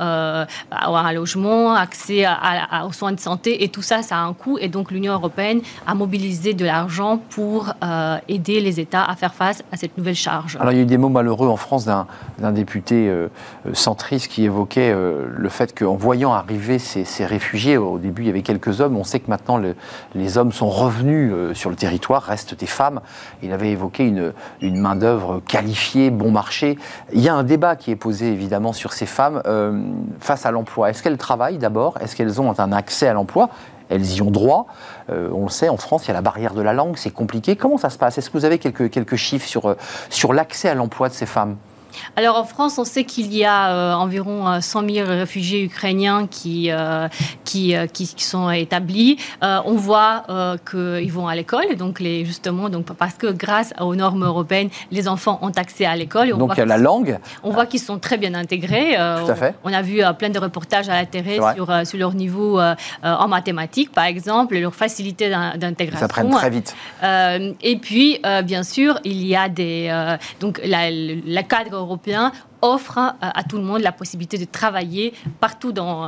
accès aux soins de santé, et tout ça, ça a un coût. Et donc, l'Union européenne a mobilisé de l'argent pour aider les États à faire face à cette nouvelle charge. Alors, il y a eu des mots malheureux en France d'un député centriste qui évoquait le fait qu'en voyant arriver ces réfugiés, au début il y avait quelques hommes, on sait que maintenant les hommes sont revenus sur le territoire, restent des femmes. Il avait évoqué une main-d'œuvre qualifiée, bon marché. Il y a un débat qui est posé évidemment sur ces femmes face à l'emploi. Est-ce qu'elles travaillent d'abord ? Est-ce qu'elles ont un accès à l'emploi ? Elles y ont droit. On le sait, en France, il y a la barrière de la langue, c'est compliqué. Comment ça se passe ? Est-ce que vous avez quelques chiffres sur l'accès à l'emploi de ces femmes ? Alors en France, on sait qu'il y a environ 100 000 réfugiés ukrainiens qui sont établis. On voit qu'ils vont à l'école, donc parce que grâce aux normes européennes, les enfants ont accès à l'école. Donc il y a la langue. On voit qu'ils sont très bien intégrés. Tout à fait. On a vu plein de reportages à la télé sur leur niveau en mathématiques, par exemple, et leur facilité d'intégration. Ils apprennent très vite. Et puis, bien sûr, il y a donc le cadre européen offre à tout le monde la possibilité de travailler partout dans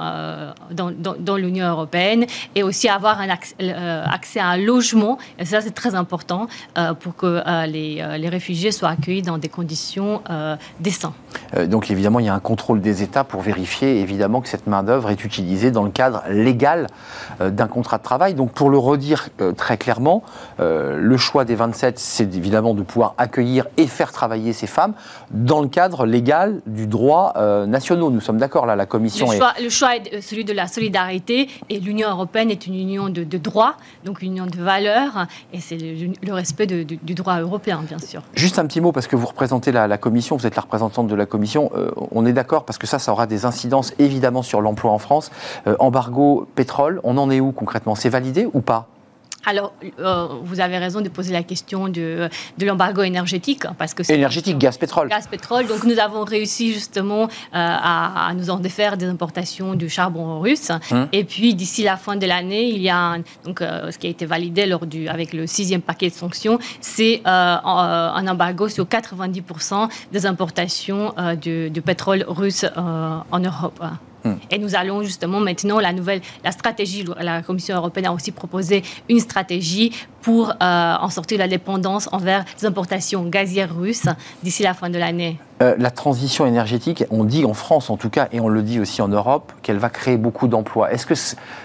l'Union européenne et aussi avoir un accès à un logement. Et ça, c'est très important pour que les réfugiés soient accueillis dans des conditions décentes. Donc évidemment, il y a un contrôle des États pour vérifier évidemment que cette main-d'œuvre est utilisée dans le cadre légal d'un contrat de travail. Donc pour le redire très clairement, le choix des 27, c'est évidemment de pouvoir accueillir et faire travailler ces femmes dans le cadre légal du droit national. Nous sommes d'accord là, la Commission Le choix est celui de la solidarité et l'Union européenne est une union de droit, donc une union de valeurs et c'est le respect du droit européen, bien sûr. Juste un petit mot, parce que vous représentez la Commission, vous êtes la représentante de la Commission, on est d'accord, parce que ça aura des incidences évidemment sur l'emploi en France. Embargo pétrole, on en est où concrètement? C'est validé ou pas? Alors, vous avez raison de poser la question de l'embargo énergétique. Parce que énergétique, gaz, pétrole. Gaz, pétrole. Donc, nous avons réussi justement à nous en défaire des importations du charbon russe. Et puis, d'ici la fin de l'année, il y a ce qui a été validé avec le 6e paquet de sanctions, c'est un embargo sur 90% des importations de pétrole russe en Europe. Et nous allons justement maintenant, la stratégie, la Commission européenne a aussi proposé une stratégie pour en sortir de la dépendance envers les importations gazières russes d'ici la fin de l'année. La transition énergétique, on dit en France en tout cas, et on le dit aussi en Europe, qu'elle va créer beaucoup d'emplois. Est-ce que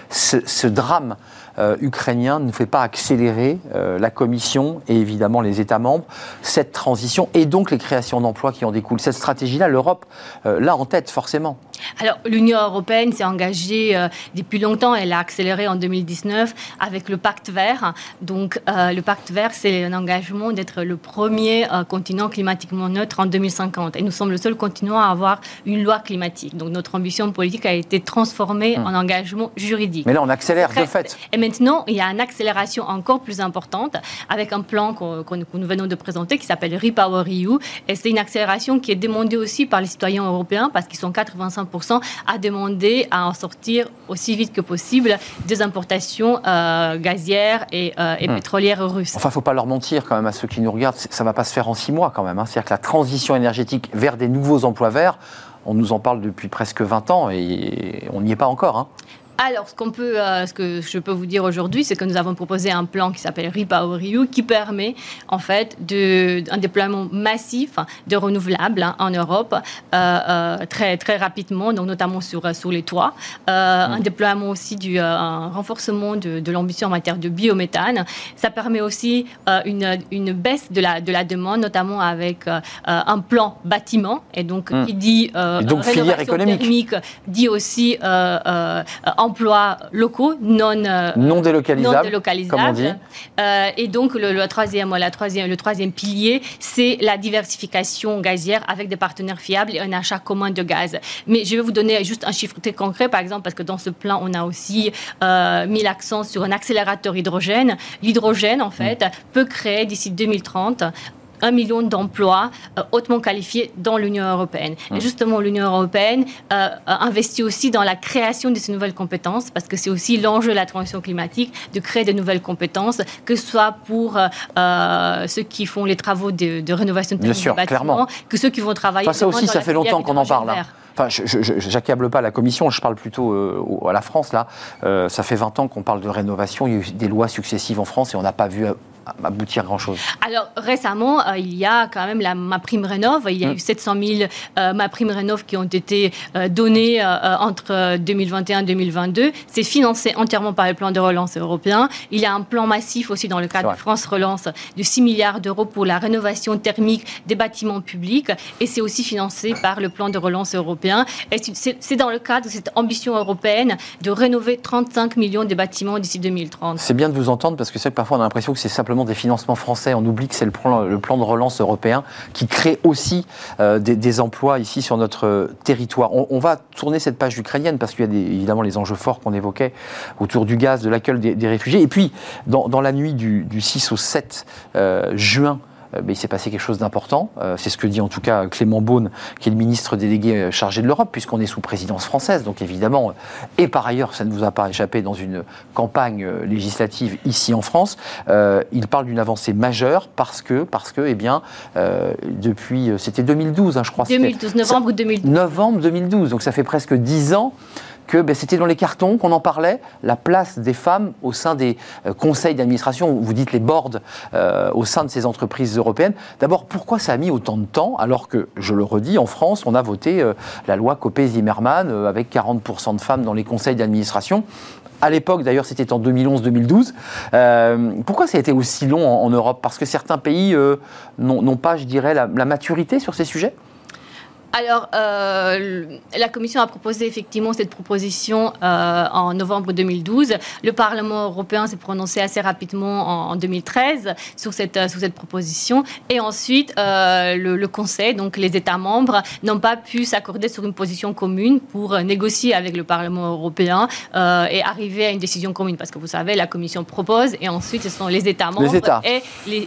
ce drame ukrainien ne fait pas accélérer la Commission et évidemment les États membres, cette transition et donc les créations d'emplois qui en découlent? Cette stratégie-là, l'Europe l'a en tête forcément. Alors, l'Union européenne s'est engagée depuis longtemps. Elle a accéléré en 2019 avec le Pacte vert. Donc, le Pacte vert, c'est un engagement d'être le premier continent climatiquement neutre en 2050. Et nous sommes le seul continent à avoir une loi climatique. Donc, notre ambition politique a été transformée en engagement juridique. Mais là, on accélère de fait. Et maintenant, il y a une accélération encore plus importante avec un plan que nous venons de présenter qui s'appelle REPowerEU. Et c'est une accélération qui est demandée aussi par les citoyens européens parce qu'ils sont 85% à demander à en sortir aussi vite que possible des importations gazières et pétrolières russes. Enfin, il ne faut pas leur mentir quand même à ceux qui nous regardent, ça ne va pas se faire en 6 mois quand même. C'est-à-dire que la transition énergétique vers des nouveaux emplois verts, on nous en parle depuis presque 20 ans et on n'y est pas encore. Alors, ce que je peux vous dire aujourd'hui, c'est que nous avons proposé un plan qui s'appelle REPowerEU qui permet en fait un déploiement massif de renouvelables en Europe très très rapidement, donc notamment sur les toits, un déploiement aussi un renforcement de l'ambition en matière de biométhane. Ça permet aussi une baisse de la demande, notamment avec un plan bâtiment et donc qui dit filière économique thermique, dit aussi emplois locaux non délocalisables, comme on dit. Et donc le troisième pilier, c'est la diversification gazière avec des partenaires fiables et un achat commun de gaz. Mais je vais vous donner juste un chiffre très concret, par exemple, parce que dans ce plan, on a aussi mis l'accent sur un accélérateur hydrogène. L'hydrogène, en fait, peut créer d'ici 2030 1 million d'emplois hautement qualifiés dans l'Union européenne. Et justement, l'Union européenne investit aussi dans la création de ces nouvelles compétences, parce que c'est aussi l'enjeu de la transition climatique, de créer de nouvelles compétences, que ce soit pour ceux qui font les travaux de rénovation de bâtiments, clairement, que ceux qui vont travailler... Ça aussi, ça fait longtemps qu'on en parle. Enfin, je n'accable pas la Commission, je parle plutôt à la France, là. Ça fait 20 ans qu'on parle de rénovation, il y a eu des lois successives en France et on n'a pas vu aboutir grand-chose. Alors, récemment, il y a quand même la MaPrimeRénov'. Il y a eu 700 000 MaPrimeRénov' qui ont été données entre 2021 et 2022. C'est financé entièrement par le plan de relance européen. Il y a un plan massif aussi dans le cadre de France Relance de 6 milliards d'euros pour la rénovation thermique des bâtiments publics. Et c'est aussi financé par le plan de relance européen. Et c'est dans le cadre de cette ambition européenne de rénover 35 millions de bâtiments d'ici 2030. C'est bien de vous entendre parce que c'est que parfois on a l'impression que c'est simplement des financements français. On oublie que c'est le plan de relance européen qui crée aussi des emplois ici sur notre territoire. On va tourner cette page ukrainienne parce qu'il y a évidemment les enjeux forts qu'on évoquait autour du gaz, de l'accueil des réfugiés. Et puis, dans la nuit du 6 au 7 juin, il s'est passé quelque chose d'important. C'est ce que dit en tout cas Clément Beaune, qui est le ministre délégué chargé de l'Europe, puisqu'on est sous présidence française. Donc évidemment, et par ailleurs, ça ne vous a pas échappé dans une campagne législative ici en France, il parle d'une avancée majeure parce que depuis, c'était 2012, je crois. 2012, novembre 2012. Novembre 2012, donc ça fait presque 10 ans que c'était dans les cartons qu'on en parlait, la place des femmes au sein des conseils d'administration, vous dites les boards, au sein de ces entreprises européennes. D'abord, pourquoi ça a mis autant de temps, alors que, je le redis, en France, on a voté la loi Copé-Zimmermann avec 40% de femmes dans les conseils d'administration. À l'époque, d'ailleurs, c'était en 2011-2012. Pourquoi ça a été aussi long en Europe ? Parce que certains pays n'ont pas, je dirais, la maturité sur ces sujets ? Alors, la Commission a proposé effectivement cette proposition en novembre 2012. Le Parlement européen s'est prononcé assez rapidement en 2013 sur cette proposition. Et ensuite, le Conseil, donc les États membres, n'ont pas pu s'accorder sur une position commune pour négocier avec le Parlement européen et arriver à une décision commune. Parce que vous savez, la Commission propose et ensuite, ce sont les États membres et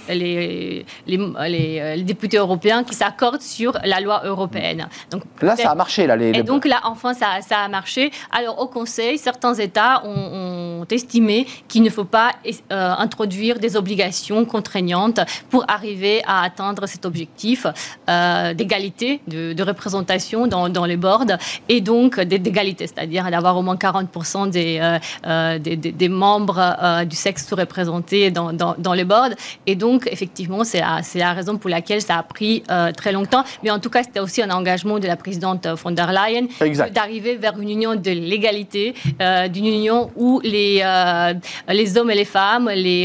les députés européens qui s'accordent sur la loi européenne. Donc, là, ça a marché. Et donc là, enfin, ça a marché. Alors, au Conseil, certains États ont estimé qu'il ne faut pas introduire des obligations contraignantes pour arriver à atteindre cet objectif d'égalité, de représentation dans les boards, et donc d'égalité, c'est-à-dire d'avoir au moins 40% des membres du sexe sous-représentés dans les boards. Et donc, effectivement, c'est la raison pour laquelle ça a pris très longtemps. Mais en tout cas, c'était aussi un engagement de la présidente von der Leyen d'arriver vers une union de l'égalité, d'une union où les hommes et les femmes,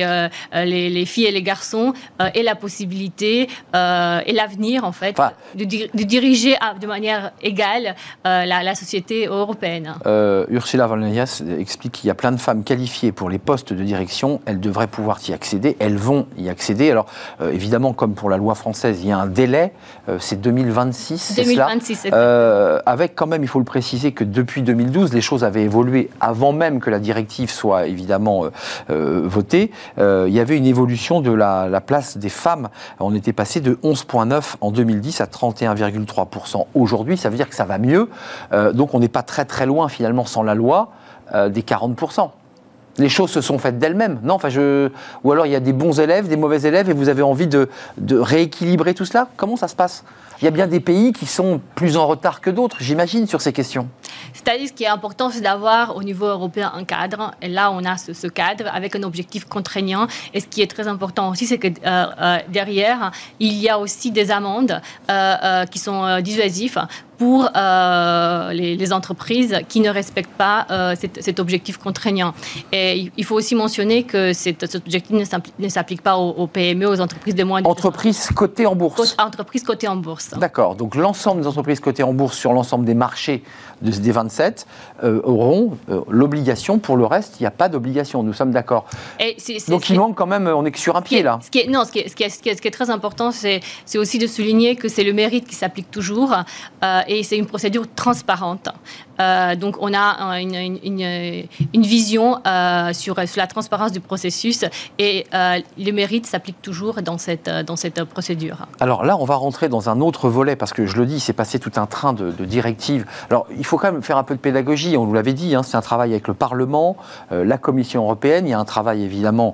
les filles et les garçons aient la possibilité et l'avenir, en fait, de diriger de manière égale la société européenne. Ursula von der Leyen explique qu'il y a plein de femmes qualifiées pour les postes de direction. Elles devraient pouvoir y accéder. Elles vont y accéder. Alors, évidemment, comme pour la loi française, il y a un délai. C'est 2026. 2026, avec quand même, il faut le préciser, que depuis 2012, les choses avaient évolué avant même que la directive soit évidemment votée. Il y avait une évolution de la place des femmes. On était passé de 11,9 en 2010 à 31,3% aujourd'hui. Ça veut dire que ça va mieux. Donc on n'est pas très très loin finalement sans la loi des 40%. Les choses se sont faites d'elles-mêmes. Non, ou alors il y a des bons élèves, des mauvais élèves, et vous avez envie de rééquilibrer tout cela. Comment ça se passe ? Il y a bien des pays qui sont plus en retard que d'autres, j'imagine, sur ces questions. C'est-à-dire, ce qui est important, c'est d'avoir au niveau européen un cadre. Et là, on a ce cadre avec un objectif contraignant. Et ce qui est très important aussi, c'est que derrière, il y a aussi des amendes qui sont dissuasives pour les entreprises qui ne respectent pas cet objectif contraignant. Et il faut aussi mentionner que cet objectif ne s'applique pas aux PME, aux entreprises de moins de... Entreprises cotées en bourse. Entreprises cotées en bourse. D'accord. Donc l'ensemble des entreprises cotées en bourse sur l'ensemble des marchés des 27 auront l'obligation. Pour le reste, il n'y a pas d'obligation. Nous sommes d'accord. Donc il manque quand même, on est que sur un pied là. Ce qui est très important, c'est aussi de souligner que c'est le mérite qui s'applique toujours et c'est une procédure transparente. Donc on a une vision sur la transparence du processus et le mérite s'applique toujours dans cette procédure. Alors là, on va rentrer dans un autre volet parce que je le dis, il s'est passé tout un train de directives. Alors il faut quand même faire un peu de pédagogie, on vous l'avait dit, c'est un travail avec le Parlement, la Commission européenne, il y a un travail évidemment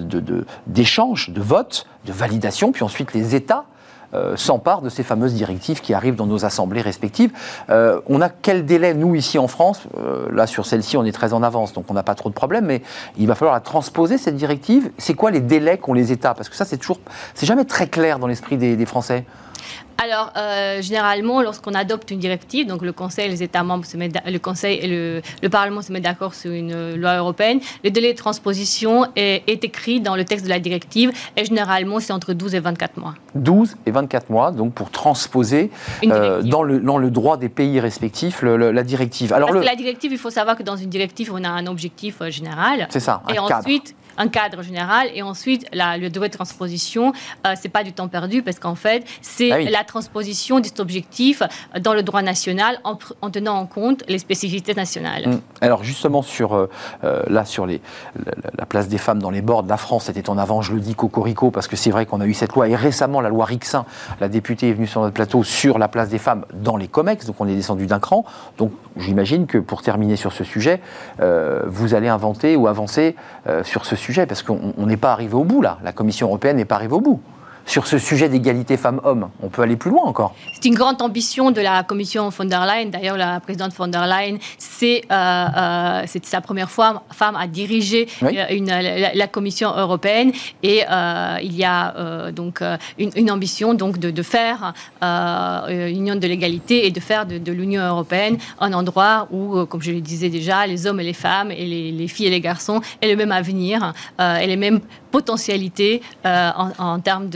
d'échange, de vote, de validation, puis ensuite les États s'emparent de ces fameuses directives qui arrivent dans nos assemblées respectives. On a quel délai, nous, ici en France ? Là, sur celle-ci, on est très en avance, donc on n'a pas trop de problèmes, mais il va falloir la transposer, cette directive. C'est quoi les délais qu'ont les États ? Parce que ça, c'est jamais très clair dans l'esprit des Français. Alors, généralement, lorsqu'on adopte une directive, donc le Conseil, les États membres, le Conseil et le Parlement se mettent d'accord sur une loi européenne, le délai de transposition est écrit dans le texte de la directive et généralement, c'est entre 12 et 24 mois. 12 et 24 mois, donc pour transposer dans le droit des pays respectifs la directive. Alors, Parce que la directive, il faut savoir que dans une directive, on a un objectif général. C'est ça, un cadre. un cadre général et ensuite le degré de transposition, c'est pas du temps perdu parce qu'en fait, c'est la transposition de cet objectif dans le droit national en tenant en compte les spécificités nationales. Alors justement, sur la place des femmes dans les boards, la France était en avant, je le dis cocorico, parce que c'est vrai qu'on a eu cette loi, et récemment la loi Rixain, la députée est venue sur notre plateau sur la place des femmes dans les COMEX, donc on est descendu d'un cran. Donc j'imagine que pour terminer sur ce sujet, vous allez inventer ou avancer sur ce sujet, parce qu'on n'est pas arrivé au bout là, la Commission européenne n'est pas arrivée au bout. Sur ce sujet d'égalité femmes-hommes, on peut aller plus loin encore. C'est une grande ambition de la Commission von der Leyen. D'ailleurs, la présidente von der Leyen, c'était sa première femme à diriger la Commission européenne. Et il y a donc une ambition donc, de faire une union de l'égalité et de faire de l'Union européenne un endroit où, comme je le disais déjà, les hommes et les femmes, et les filles et les garçons aient le même avenir et les mêmes potentialités en termes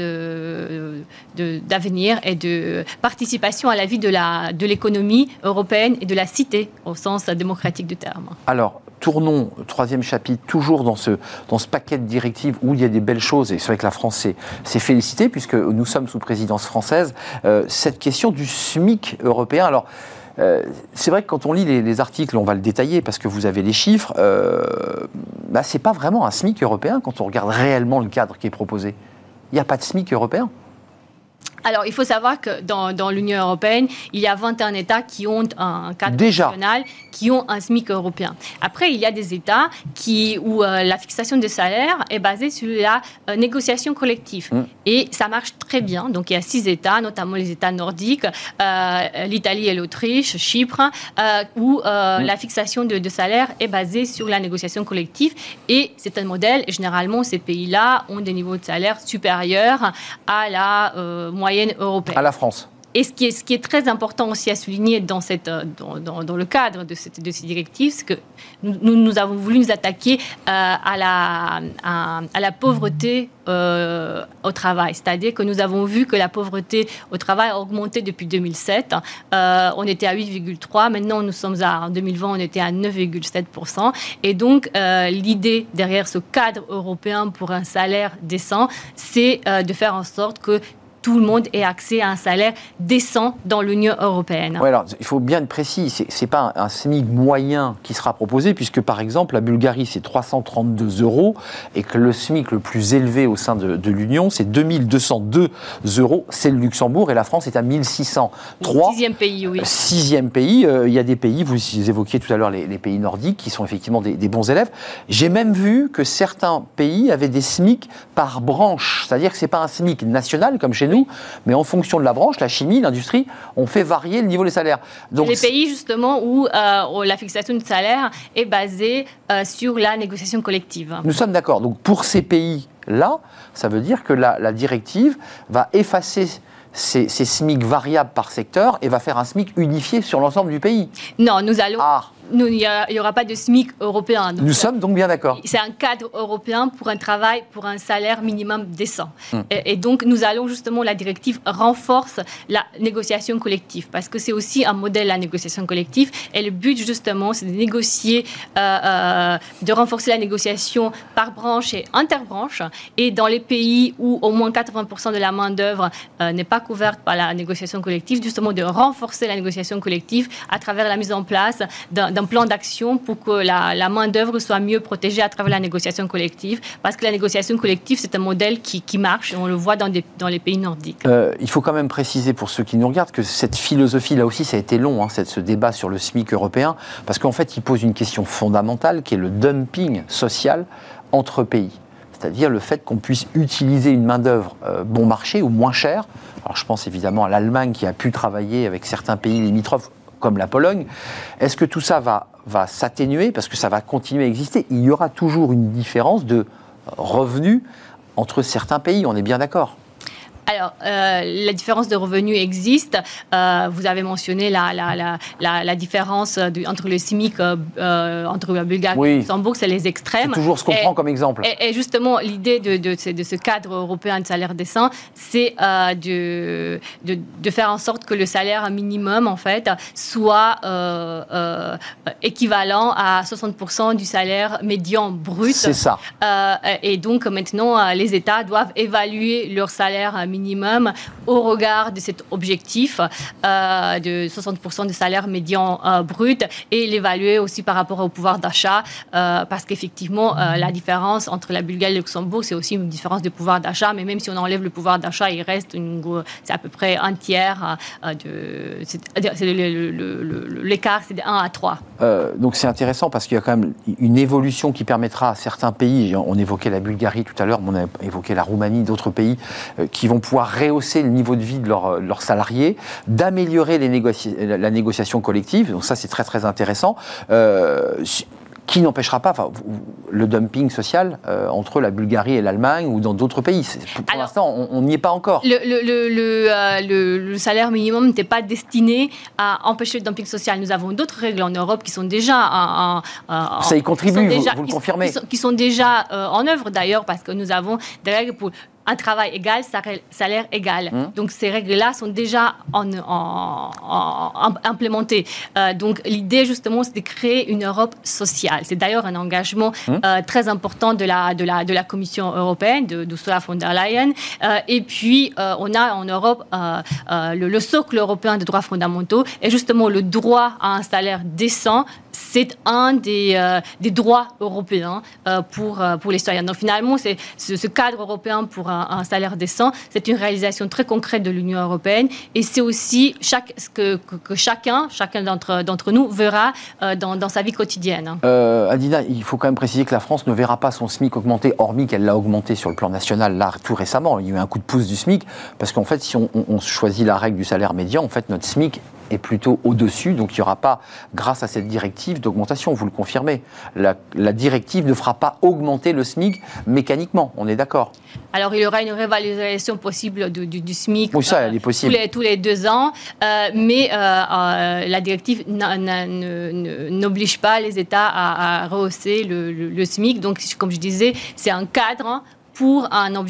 d'avenir et de participation à la vie de l'économie européenne et de la cité au sens démocratique du terme. Alors, tournons, troisième chapitre, toujours dans ce paquet de directives où il y a des belles choses, et c'est vrai que la France s'est félicitée puisque nous sommes sous présidence française, cette question du SMIC européen. Alors, c'est vrai que quand on lit les articles, on va le détailler parce que vous avez les chiffres, c'est pas vraiment un SMIC européen quand on regarde réellement le cadre qui est proposé. Il n'y a pas de SMIC européen. Alors, il faut savoir que dans l'Union européenne, il y a 21 États qui ont un cadre national, qui ont un SMIC européen. Après, il y a des États où la fixation des salaires est basée sur la négociation collective. Et ça marche très bien. Donc, il y a 6 États, notamment les États nordiques, l'Italie et l'Autriche, Chypre, où la fixation de salaire est basée sur la négociation collective. Et c'est un modèle, et généralement, ces pays-là ont des niveaux de salaire supérieurs à la moyenne européenne. À la France. Et ce qui est très important aussi à souligner dans le cadre de ces directives, c'est que nous avons voulu nous attaquer à la pauvreté au travail. C'est-à-dire que nous avons vu que la pauvreté au travail a augmenté depuis 2007. On était à 8,3%. Maintenant, nous sommes en 2020, on était à 9,7%. Et donc, l'idée derrière ce cadre européen pour un salaire décent, c'est de faire en sorte que tout le monde ait accès à un salaire décent dans l'Union européenne. Oui, alors il faut bien être précis, ce n'est pas un SMIC moyen qui sera proposé, puisque par exemple la Bulgarie c'est 332 € et que le SMIC le plus élevé au sein de l'Union c'est 2202 €, c'est le Luxembourg, et la France est à 1603. Sixième pays, oui. Sixième pays, il y a des pays, vous évoquiez tout à l'heure les pays nordiques qui sont effectivement des bons élèves. J'ai même vu que certains pays avaient des SMIC par branche, c'est-à-dire que ce n'est pas un SMIC national comme chez nous, mais en fonction de la branche, la chimie, l'industrie, on fait varier le niveau des salaires. Donc, les pays justement où la fixation de salaire est basée sur la négociation collective. Nous sommes d'accord. Donc pour ces pays-là, ça veut dire que la directive va effacer ces SMIC variables par secteur et va faire un SMIC unifié sur l'ensemble du pays. Non, nous allons... Il n'y aura pas de SMIC européen. Nous sommes donc bien d'accord. C'est un cadre européen pour un travail, pour un salaire minimum décent. Et donc, nous allons justement, la directive renforce la négociation collective, parce que c'est aussi un modèle, la négociation collective. Et le but, justement, c'est de négocier, de renforcer la négociation par branche et interbranche. Et dans les pays où au moins 80% de la main-d'œuvre n'est pas couverte par la négociation collective, justement, de renforcer la négociation collective à travers la mise en place d'un plan d'action pour que la main-d'œuvre soit mieux protégée à travers la négociation collective, parce que la négociation collective, c'est un modèle qui marche, et on le voit dans les pays nordiques. Il faut quand même préciser pour ceux qui nous regardent que cette philosophie, là aussi, ça a été long, ce débat sur le SMIC européen, parce qu'en fait, il pose une question fondamentale qui est le dumping social entre pays. C'est-à-dire le fait qu'on puisse utiliser une main-d'œuvre bon marché ou moins chère. Alors je pense évidemment à l'Allemagne qui a pu travailler avec certains pays limitrophes, comme la Pologne. Est-ce que tout ça va s'atténuer parce que ça va continuer à exister? Il y aura toujours une différence de revenus entre certains pays, on est bien d'accord? Alors, la différence de revenus existe. Vous avez mentionné la différence entre le SMIC, entre la Bulgarie et le Luxembourg, c'est les extrêmes. C'est toujours ce qu'on prend comme exemple. Et justement, l'idée de ce cadre européen de salaire décent, c'est de faire en sorte que le salaire minimum, en fait, soit équivalent à 60% du salaire médian brut. C'est ça. Et donc, maintenant, les États doivent évaluer leur salaire minimum au regard de cet objectif de 60% du salaire médian brut et l'évaluer aussi par rapport au pouvoir d'achat parce qu'effectivement, la différence entre la Bulgarie et le Luxembourg, c'est aussi une différence de pouvoir d'achat, mais même si on enlève le pouvoir d'achat, il reste c'est à peu près un tiers l'écart, c'est de 1 à 3. Donc c'est intéressant parce qu'il y a quand même une évolution qui permettra à certains pays, on évoquait la Bulgarie tout à l'heure, mais on a évoqué la Roumanie, d'autres pays qui vont pouvoir rehausser le niveau de vie de leurs salariés, d'améliorer la négociation collective, donc ça c'est très très intéressant. Qui n'empêchera pas le dumping social entre la Bulgarie et l'Allemagne ou dans d'autres pays. Pour l'instant, on n'y est pas encore. Le salaire minimum n'était pas destiné à empêcher le dumping social. Nous avons d'autres règles en Europe qui sont déjà... ça y contribue, vous le confirmez. Qui sont déjà en œuvre d'ailleurs, parce que nous avons des règles pour... Un travail égal, salaire égal. Donc, ces règles-là sont déjà implémentées. Donc, l'idée, justement, c'est de créer une Europe sociale. C'est d'ailleurs un engagement très important de la Commission européenne, d'Ursula von der Leyen. Et puis, on a en Europe le socle européen des droits fondamentaux. Et justement, le droit à un salaire décent, c'est un des droits européens pour les citoyens. Donc, finalement, c'est ce cadre européen pour un salaire décent, c'est une réalisation très concrète de l'Union européenne et c'est aussi que chacun d'entre nous verra dans sa vie quotidienne. Adina, il faut quand même préciser que la France ne verra pas son SMIC augmenter, hormis qu'elle l'a augmenté sur le plan national, là, tout récemment. Il y a eu un coup de pouce du SMIC, parce qu'en fait, si on choisit la règle du salaire médian, en fait, notre SMIC est plutôt au-dessus, donc il n'y aura pas, grâce à cette directive, d'augmentation, vous le confirmez. La directive ne fera pas augmenter le SMIC mécaniquement, on est d'accord? Alors, il y aura une réévaluation possible du SMIC oui, ça, elle est possible. tous les 2 ans, mais la directive n'oblige pas les États à rehausser le SMIC. Donc, comme je disais, c'est un cadre pour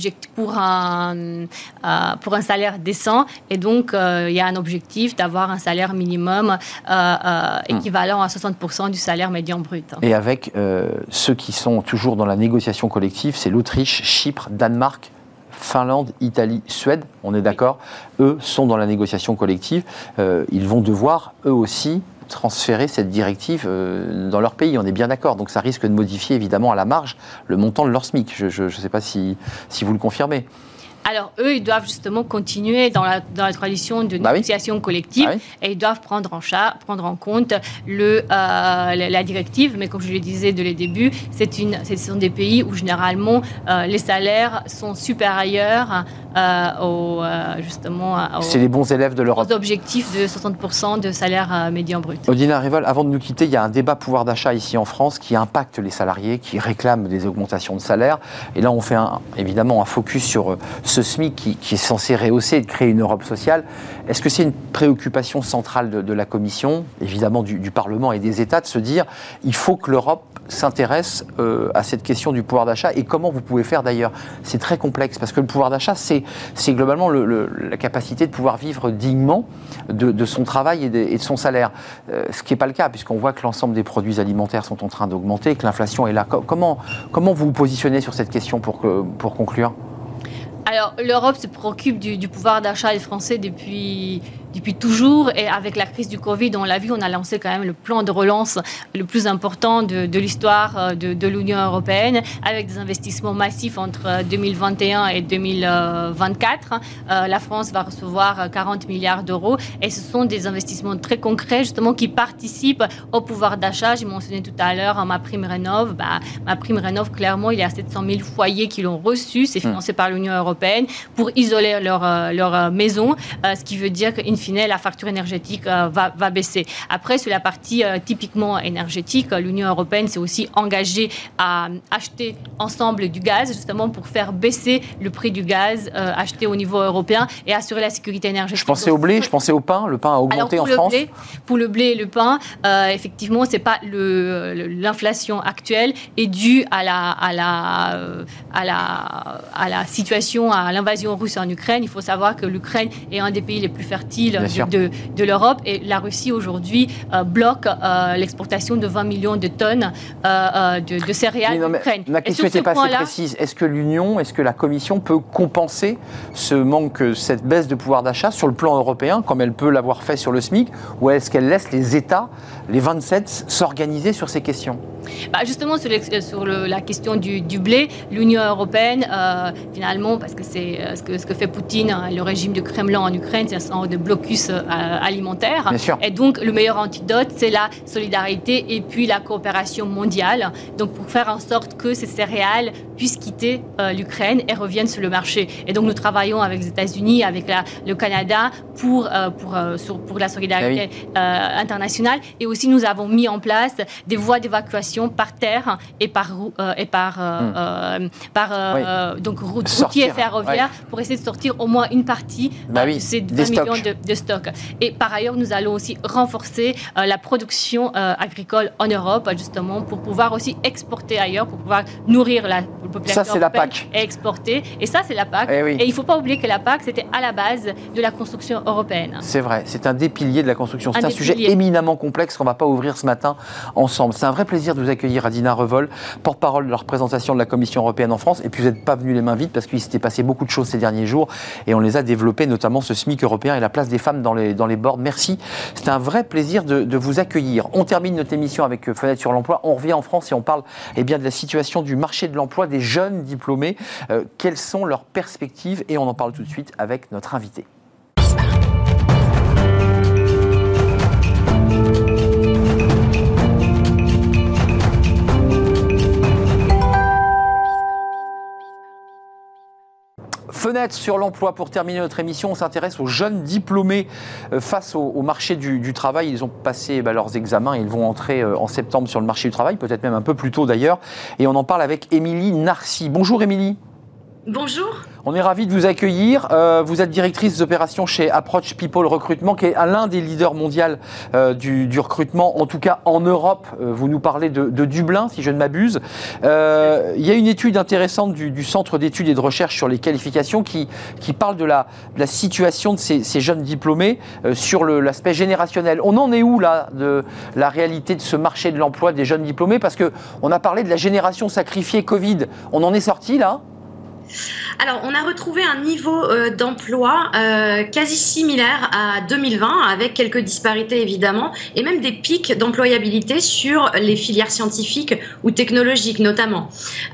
un salaire décent et donc il y a un objectif d'avoir un salaire minimum équivalent à 60% du salaire médian brut. Et avec ceux qui sont toujours dans la négociation collective, c'est l'Autriche, Chypre, Danemark, Finlande, Italie, Suède, on est d'accord, eux sont dans la négociation collective, ils vont devoir eux aussi transférer cette directive dans leur pays, on est bien d'accord. Donc ça risque de modifier évidemment à la marge le montant de leur SMIC. Je ne sais pas si vous le confirmez. Alors, eux, ils doivent justement continuer dans la tradition de négociation collective et ils doivent prendre en compte la directive. Mais comme je le disais dès le début, ce sont des pays où généralement les salaires sont supérieurs c'est les bons élèves de l'Europe. Aux objectifs de 60% de salaire médian brut. Odina Rivol, avant de nous quitter, il y a un débat pouvoir d'achat ici en France qui impacte les salariés, qui réclament des augmentations de salaire. Et là, on fait évidemment un focus sur ce SMIC qui est censé rehausser et de créer une Europe sociale. Est-ce que c'est une préoccupation centrale de la Commission, évidemment du Parlement et des États, de se dire il faut que l'Europe s'intéresse à cette question du pouvoir d'achat et comment vous pouvez faire d'ailleurs? C'est très complexe parce que le pouvoir d'achat, c'est globalement la capacité de pouvoir vivre dignement de son travail et de son salaire. Ce qui n'est pas le cas puisqu'on voit que l'ensemble des produits alimentaires sont en train d'augmenter, que l'inflation est là. Comment vous vous positionnez sur cette question pour conclure? Alors, l'Europe se préoccupe du pouvoir d'achat des Français depuis toujours. Et avec la crise du Covid, on l'a vu, on a lancé quand même le plan de relance le plus important de l'histoire de l'Union européenne, avec des investissements massifs entre 2021 et 2024. La France va recevoir 40 milliards d'euros. Et ce sont des investissements très concrets, justement, qui participent au pouvoir d'achat. J'ai mentionné tout à l'heure ma prime Rénov'. Ma prime Rénov', clairement, il y a 700 000 foyers qui l'ont reçue. C'est financé par l'Union européenne pour isoler leur maison. Ce qui veut dire qu'in fine, la facture énergétique va baisser. Après, sur la partie typiquement énergétique, l'Union européenne s'est aussi engagée à acheter ensemble du gaz, justement pour faire baisser le prix du gaz acheté au niveau européen et assurer la sécurité énergétique. Je pensais au blé, je pensais au pain. Le pain a augmenté en France. Pour le blé et le pain, effectivement, c'est pas l'inflation actuelle est due à la situation, à l'invasion russe en Ukraine. Il faut savoir que l'Ukraine est un des pays les plus fertiles de l'Europe et la Russie aujourd'hui bloque l'exportation de 20 millions de tonnes de céréales d'Ukraine. Ma question n'était pas assez précise. Est-ce que l'Union, est-ce que la Commission peut compenser ce manque, cette baisse de pouvoir d'achat sur le plan européen, comme elle peut l'avoir fait sur le SMIC, ou est-ce qu'elle laisse les États, les 27, s'organiser sur ces questions ? Justement, sur la question du blé, l'Union européenne, finalement, parce que c'est ce que fait Poutine, le régime du Kremlin en Ukraine, c'est un sorte de blocus alimentaire. Bien sûr. Et donc, le meilleur antidote, c'est la solidarité et puis la coopération mondiale. Donc, pour faire en sorte que ces céréales puissent quitter l'Ukraine et reviennent sur le marché. Et donc, nous travaillons avec les États-Unis, avec le Canada pour la solidarité internationale. Et aussi, nous avons mis en place des voies d'évacuation par terre et par donc routier et ferroviaire pour essayer de sortir au moins une partie de ces 20 millions de stocks. Et par ailleurs, nous allons aussi renforcer la production agricole en Europe, justement, pour pouvoir aussi exporter ailleurs, pour pouvoir nourrir la population européenne et exporter. Et ça, c'est la PAC. Et il ne faut pas oublier que la PAC, c'était à la base de la construction européenne. C'est vrai, c'est un des piliers de la construction. C'est un sujet éminemment complexe qu'on ne va pas ouvrir ce matin ensemble. C'est un vrai plaisir de vous accueillir, Adina Revol, porte-parole de la représentation de la Commission européenne en France. Et puis vous n'êtes pas venu les mains vides parce qu'il s'était passé beaucoup de choses ces derniers jours et on les a développées, notamment ce SMIC européen et la place des femmes dans les boards. Merci. C'est un vrai plaisir de vous accueillir. On termine notre émission avec Fenêtre sur l'emploi. On revient en France et on parle de la situation du marché de l'emploi des jeunes diplômés. Quelles sont leurs perspectives? Et on en parle tout de suite avec notre invité. Fenêtre sur l'emploi. Pour terminer notre émission, on s'intéresse aux jeunes diplômés face au marché du travail. Ils ont passé leurs examens et ils vont entrer en septembre sur le marché du travail, peut-être même un peu plus tôt d'ailleurs. Et on en parle avec Émilie Narcy. Bonjour Émilie. Bonjour. On est ravis de vous accueillir. Vous êtes directrice des opérations chez Approach People Recrutement, qui est l'un des leaders mondiaux du recrutement, en tout cas en Europe. Vous nous parlez de Dublin, si je ne m'abuse. Il y a une étude intéressante du Centre d'études et de recherche sur les qualifications qui parle de la situation de ces jeunes diplômés sur l'aspect générationnel. On en est où là de la réalité de ce marché de l'emploi des jeunes diplômés? Parce qu'on a parlé de la génération sacrifiée Covid. On en est sorti là? Alors, on a retrouvé un niveau d'emploi quasi similaire à 2020, avec quelques disparités évidemment, et même des pics d'employabilité sur les filières scientifiques ou technologiques notamment.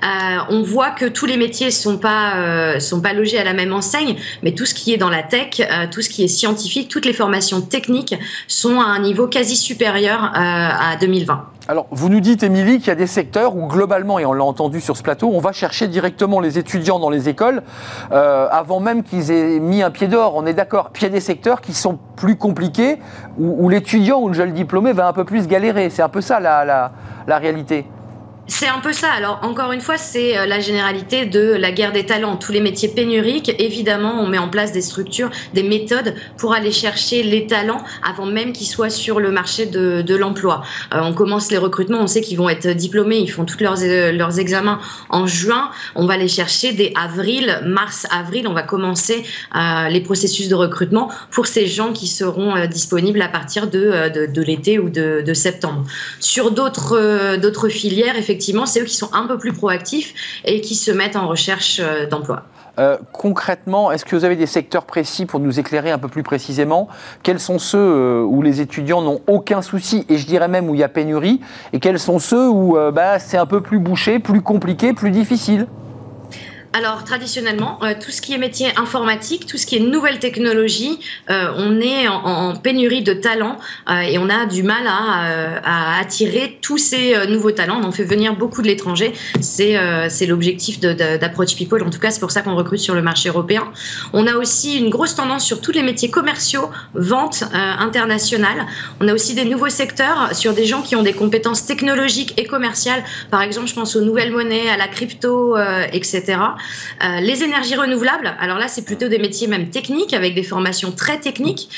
On voit que tous les métiers sont pas logés à la même enseigne, mais tout ce qui est dans la tech, tout ce qui est scientifique, toutes les formations techniques sont à un niveau quasi supérieur à 2020. Alors, vous nous dites, Émilie, qu'il y a des secteurs où, globalement, et on l'a entendu sur ce plateau, on va chercher directement les étudiants dans les écoles avant même qu'ils aient mis un pied dehors. On est d'accord. Puis il y a des secteurs qui sont plus compliqués, où l'étudiant ou le jeune diplômé va un peu plus galérer. C'est un peu ça, la réalité. C'est un peu ça. Alors, encore une fois, c'est la généralité de la guerre des talents. Tous les métiers pénuriques, évidemment, on met en place des structures, des méthodes pour aller chercher les talents avant même qu'ils soient sur le marché de l'emploi. On commence les recrutements, on sait qu'ils vont être diplômés, ils font tous leurs examens en juin. On va les chercher dès mars-avril. On va commencer les processus de recrutement pour ces gens qui seront disponibles à partir de l'été ou de septembre. Sur d'autres filières, effectivement, c'est eux qui sont un peu plus proactifs et qui se mettent en recherche d'emploi. Concrètement, est-ce que vous avez des secteurs précis pour nous éclairer un peu plus précisément? Quels sont ceux où les étudiants n'ont aucun souci, et je dirais même où il y a pénurie, et quels sont ceux où c'est un peu plus bouché, plus compliqué, plus difficile? Alors, traditionnellement, tout ce qui est métier informatique, tout ce qui est nouvelles technologies, on est en pénurie de talents et on a du mal à attirer tous ces nouveaux talents. On en fait venir beaucoup de l'étranger. C'est l'objectif d'Approach People. En tout cas, c'est pour ça qu'on recrute sur le marché européen. On a aussi une grosse tendance sur tous les métiers commerciaux, vente internationale. On a aussi des nouveaux secteurs sur des gens qui ont des compétences technologiques et commerciales. Par exemple, je pense aux nouvelles monnaies, à la crypto, etc. Les énergies renouvelables, alors là c'est plutôt des métiers même techniques avec des formations très techniques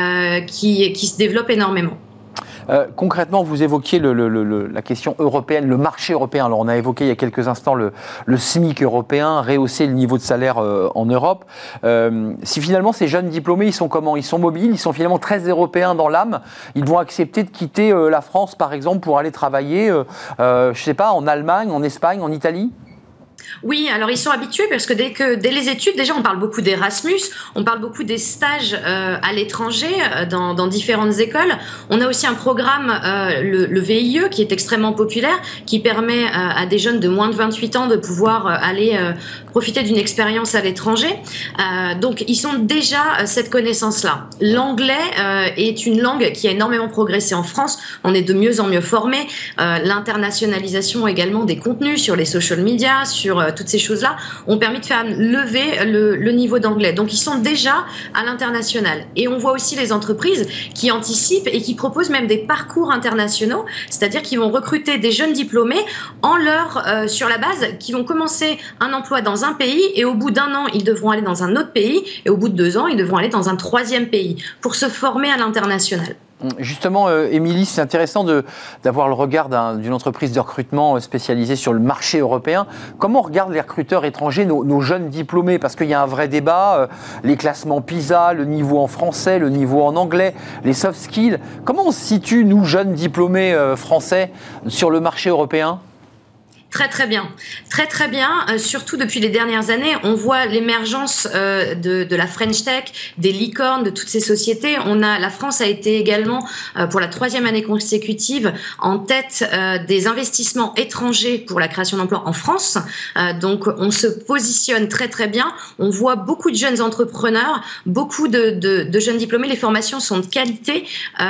qui se développent énormément. Concrètement, vous évoquiez la question européenne, le marché européen. Alors, on a évoqué il y a quelques instants le SMIC européen, rehausser le niveau de salaire en Europe. Si finalement ces jeunes diplômés, ils sont comment ? Ils sont mobiles, ils sont finalement très européens dans l'âme. Ils vont accepter de quitter la France, par exemple, pour aller travailler, je sais pas, en Allemagne, en Espagne, en Italie ? Oui, alors ils sont habitués parce que dès les études, déjà on parle beaucoup d'Erasmus, on parle beaucoup des stages à l'étranger dans différentes écoles. On a aussi un programme, le VIE, qui est extrêmement populaire, qui permet à des jeunes de moins de 28 ans de pouvoir aller profiter d'une expérience à l'étranger. Donc ils ont déjà cette connaissance-là. L'anglais est une langue qui a énormément progressé en France. On est de mieux en mieux formés. L'internationalisation également des contenus sur les social media, sur toutes ces choses-là, ont permis de faire lever le niveau d'anglais. Donc, ils sont déjà à l'international. Et on voit aussi les entreprises qui anticipent et qui proposent même des parcours internationaux, c'est-à-dire qu'ils vont recruter des jeunes diplômés sur la base, qui vont commencer un emploi dans un pays et au bout d'1 an, ils devront aller dans un autre pays et au bout de 2 ans, ils devront aller dans un 3e pays pour se former à l'international. Justement, Émilie, c'est intéressant d'avoir le regard d'une entreprise de recrutement spécialisée sur le marché européen. Comment regardent les recruteurs étrangers nos jeunes diplômés ? Parce qu'il y a un vrai débat, les classements PISA, le niveau en français, le niveau en anglais, les soft skills. Comment on se situe, nous, jeunes diplômés français, sur le marché européen ? Très très bien, très très bien. Surtout depuis les dernières années, on voit l'émergence de la French Tech, des licornes, de toutes ces sociétés. La France a été également pour la 3e année consécutive en tête des investissements étrangers pour la création d'emplois en France. Donc on se positionne très très bien. On voit beaucoup de jeunes entrepreneurs, beaucoup de jeunes diplômés. Les formations sont de qualité.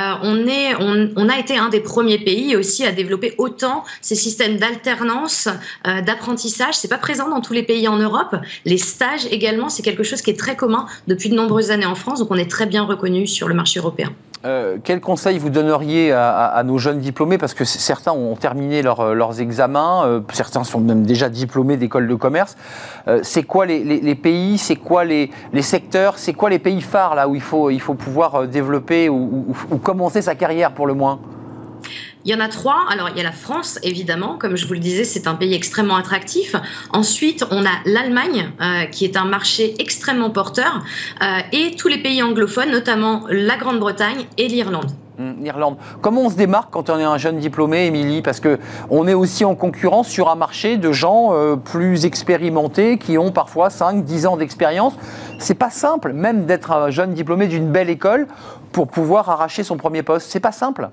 On a été un des premiers pays aussi à développer autant ces systèmes d'alternance, d'apprentissage. C'est pas présent dans tous les pays en Europe. Les stages également, c'est quelque chose qui est très commun depuis de nombreuses années en France, donc on est très bien reconnu sur le marché européen. Quel conseil vous donneriez à nos jeunes diplômés ? Parce que certains ont terminé leurs examens, certains sont même déjà diplômés d'écoles de commerce. C'est quoi les pays ? C'est quoi les secteurs ? C'est quoi les pays phares là où il faut pouvoir développer ou commencer sa carrière pour le moins ? Il y en a 3. Alors, il y a la France, évidemment. Comme je vous le disais, c'est un pays extrêmement attractif. Ensuite, on a l'Allemagne, qui est un marché extrêmement porteur, et tous les pays anglophones, notamment la Grande-Bretagne et l'Irlande. L'Irlande. Comment on se démarque quand on est un jeune diplômé, Émilie ? Parce qu'on est aussi en concurrence sur un marché de gens plus expérimentés, qui ont parfois 5-10 ans d'expérience. C'est pas simple, même d'être un jeune diplômé d'une belle école pour pouvoir arracher son premier poste. C'est pas simple.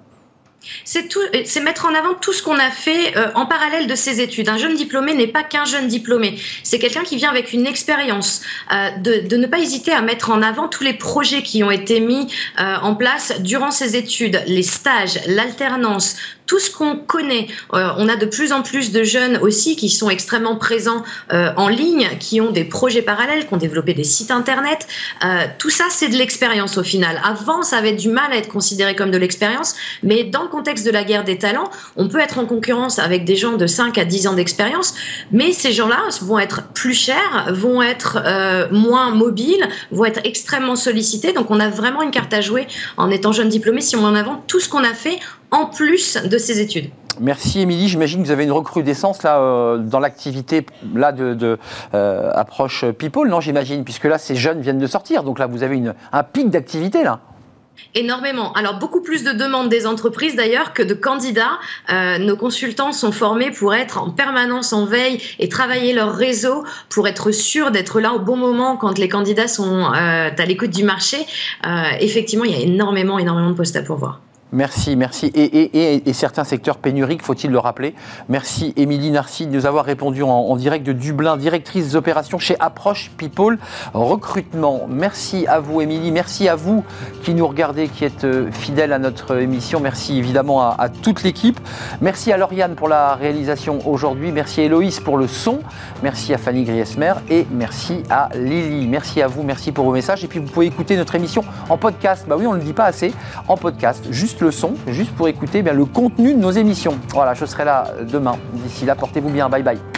C'est mettre en avant tout ce qu'on a fait en parallèle de ses études. Un jeune diplômé n'est pas qu'un jeune diplômé. C'est quelqu'un qui vient avec une expérience. De ne pas hésiter à mettre en avant tous les projets qui ont été mis en place durant ses études, les stages, l'alternance, tout ce qu'on connaît. On a de plus en plus de jeunes aussi qui sont extrêmement présents en ligne, qui ont des projets parallèles, qui ont développé des sites internet. Tout ça, c'est de l'expérience au final. Avant, ça avait du mal à être considéré comme de l'expérience, mais dans le contexte de la guerre des talents, on peut être en concurrence avec des gens de 5 à 10 ans d'expérience, mais ces gens-là vont être plus chers, vont être moins mobiles, vont être extrêmement sollicités. Donc on a vraiment une carte à jouer en étant jeune diplômé si on met en avant tout ce qu'on a fait en plus de ses études. Merci Émilie, j'imagine que vous avez une recrudescence là, dans l'activité là, de Approach People, non j'imagine, puisque là ces jeunes viennent de sortir, donc là vous avez un pic d'activité là. Énormément. Alors, beaucoup plus de demandes des entreprises d'ailleurs que de candidats. Nos consultants sont formés pour être en permanence en veille et travailler leur réseau pour être sûrs d'être là au bon moment quand les candidats sont à l'écoute du marché. Effectivement, il y a énormément de postes à pourvoir. Merci. Et certains secteurs pénuriques, faut-il le rappeler. Merci Émilie Narcy de nous avoir répondu en direct de Dublin, directrice des opérations chez Approche People Recrutement. Merci à vous Émilie, merci à vous qui nous regardez, qui êtes fidèles à notre émission. Merci évidemment à toute l'équipe. Merci à Lauriane pour la réalisation aujourd'hui. Merci à Héloïse pour le son. Merci à Fanny Griesmer et merci à Lily. Merci à vous, merci pour vos messages. Et puis vous pouvez écouter notre émission en podcast. Bah oui, on ne le dit pas assez. En podcast, juste le son, juste pour écouter le contenu de nos émissions. Voilà, je serai là demain. D'ici là, portez-vous bien. Bye bye.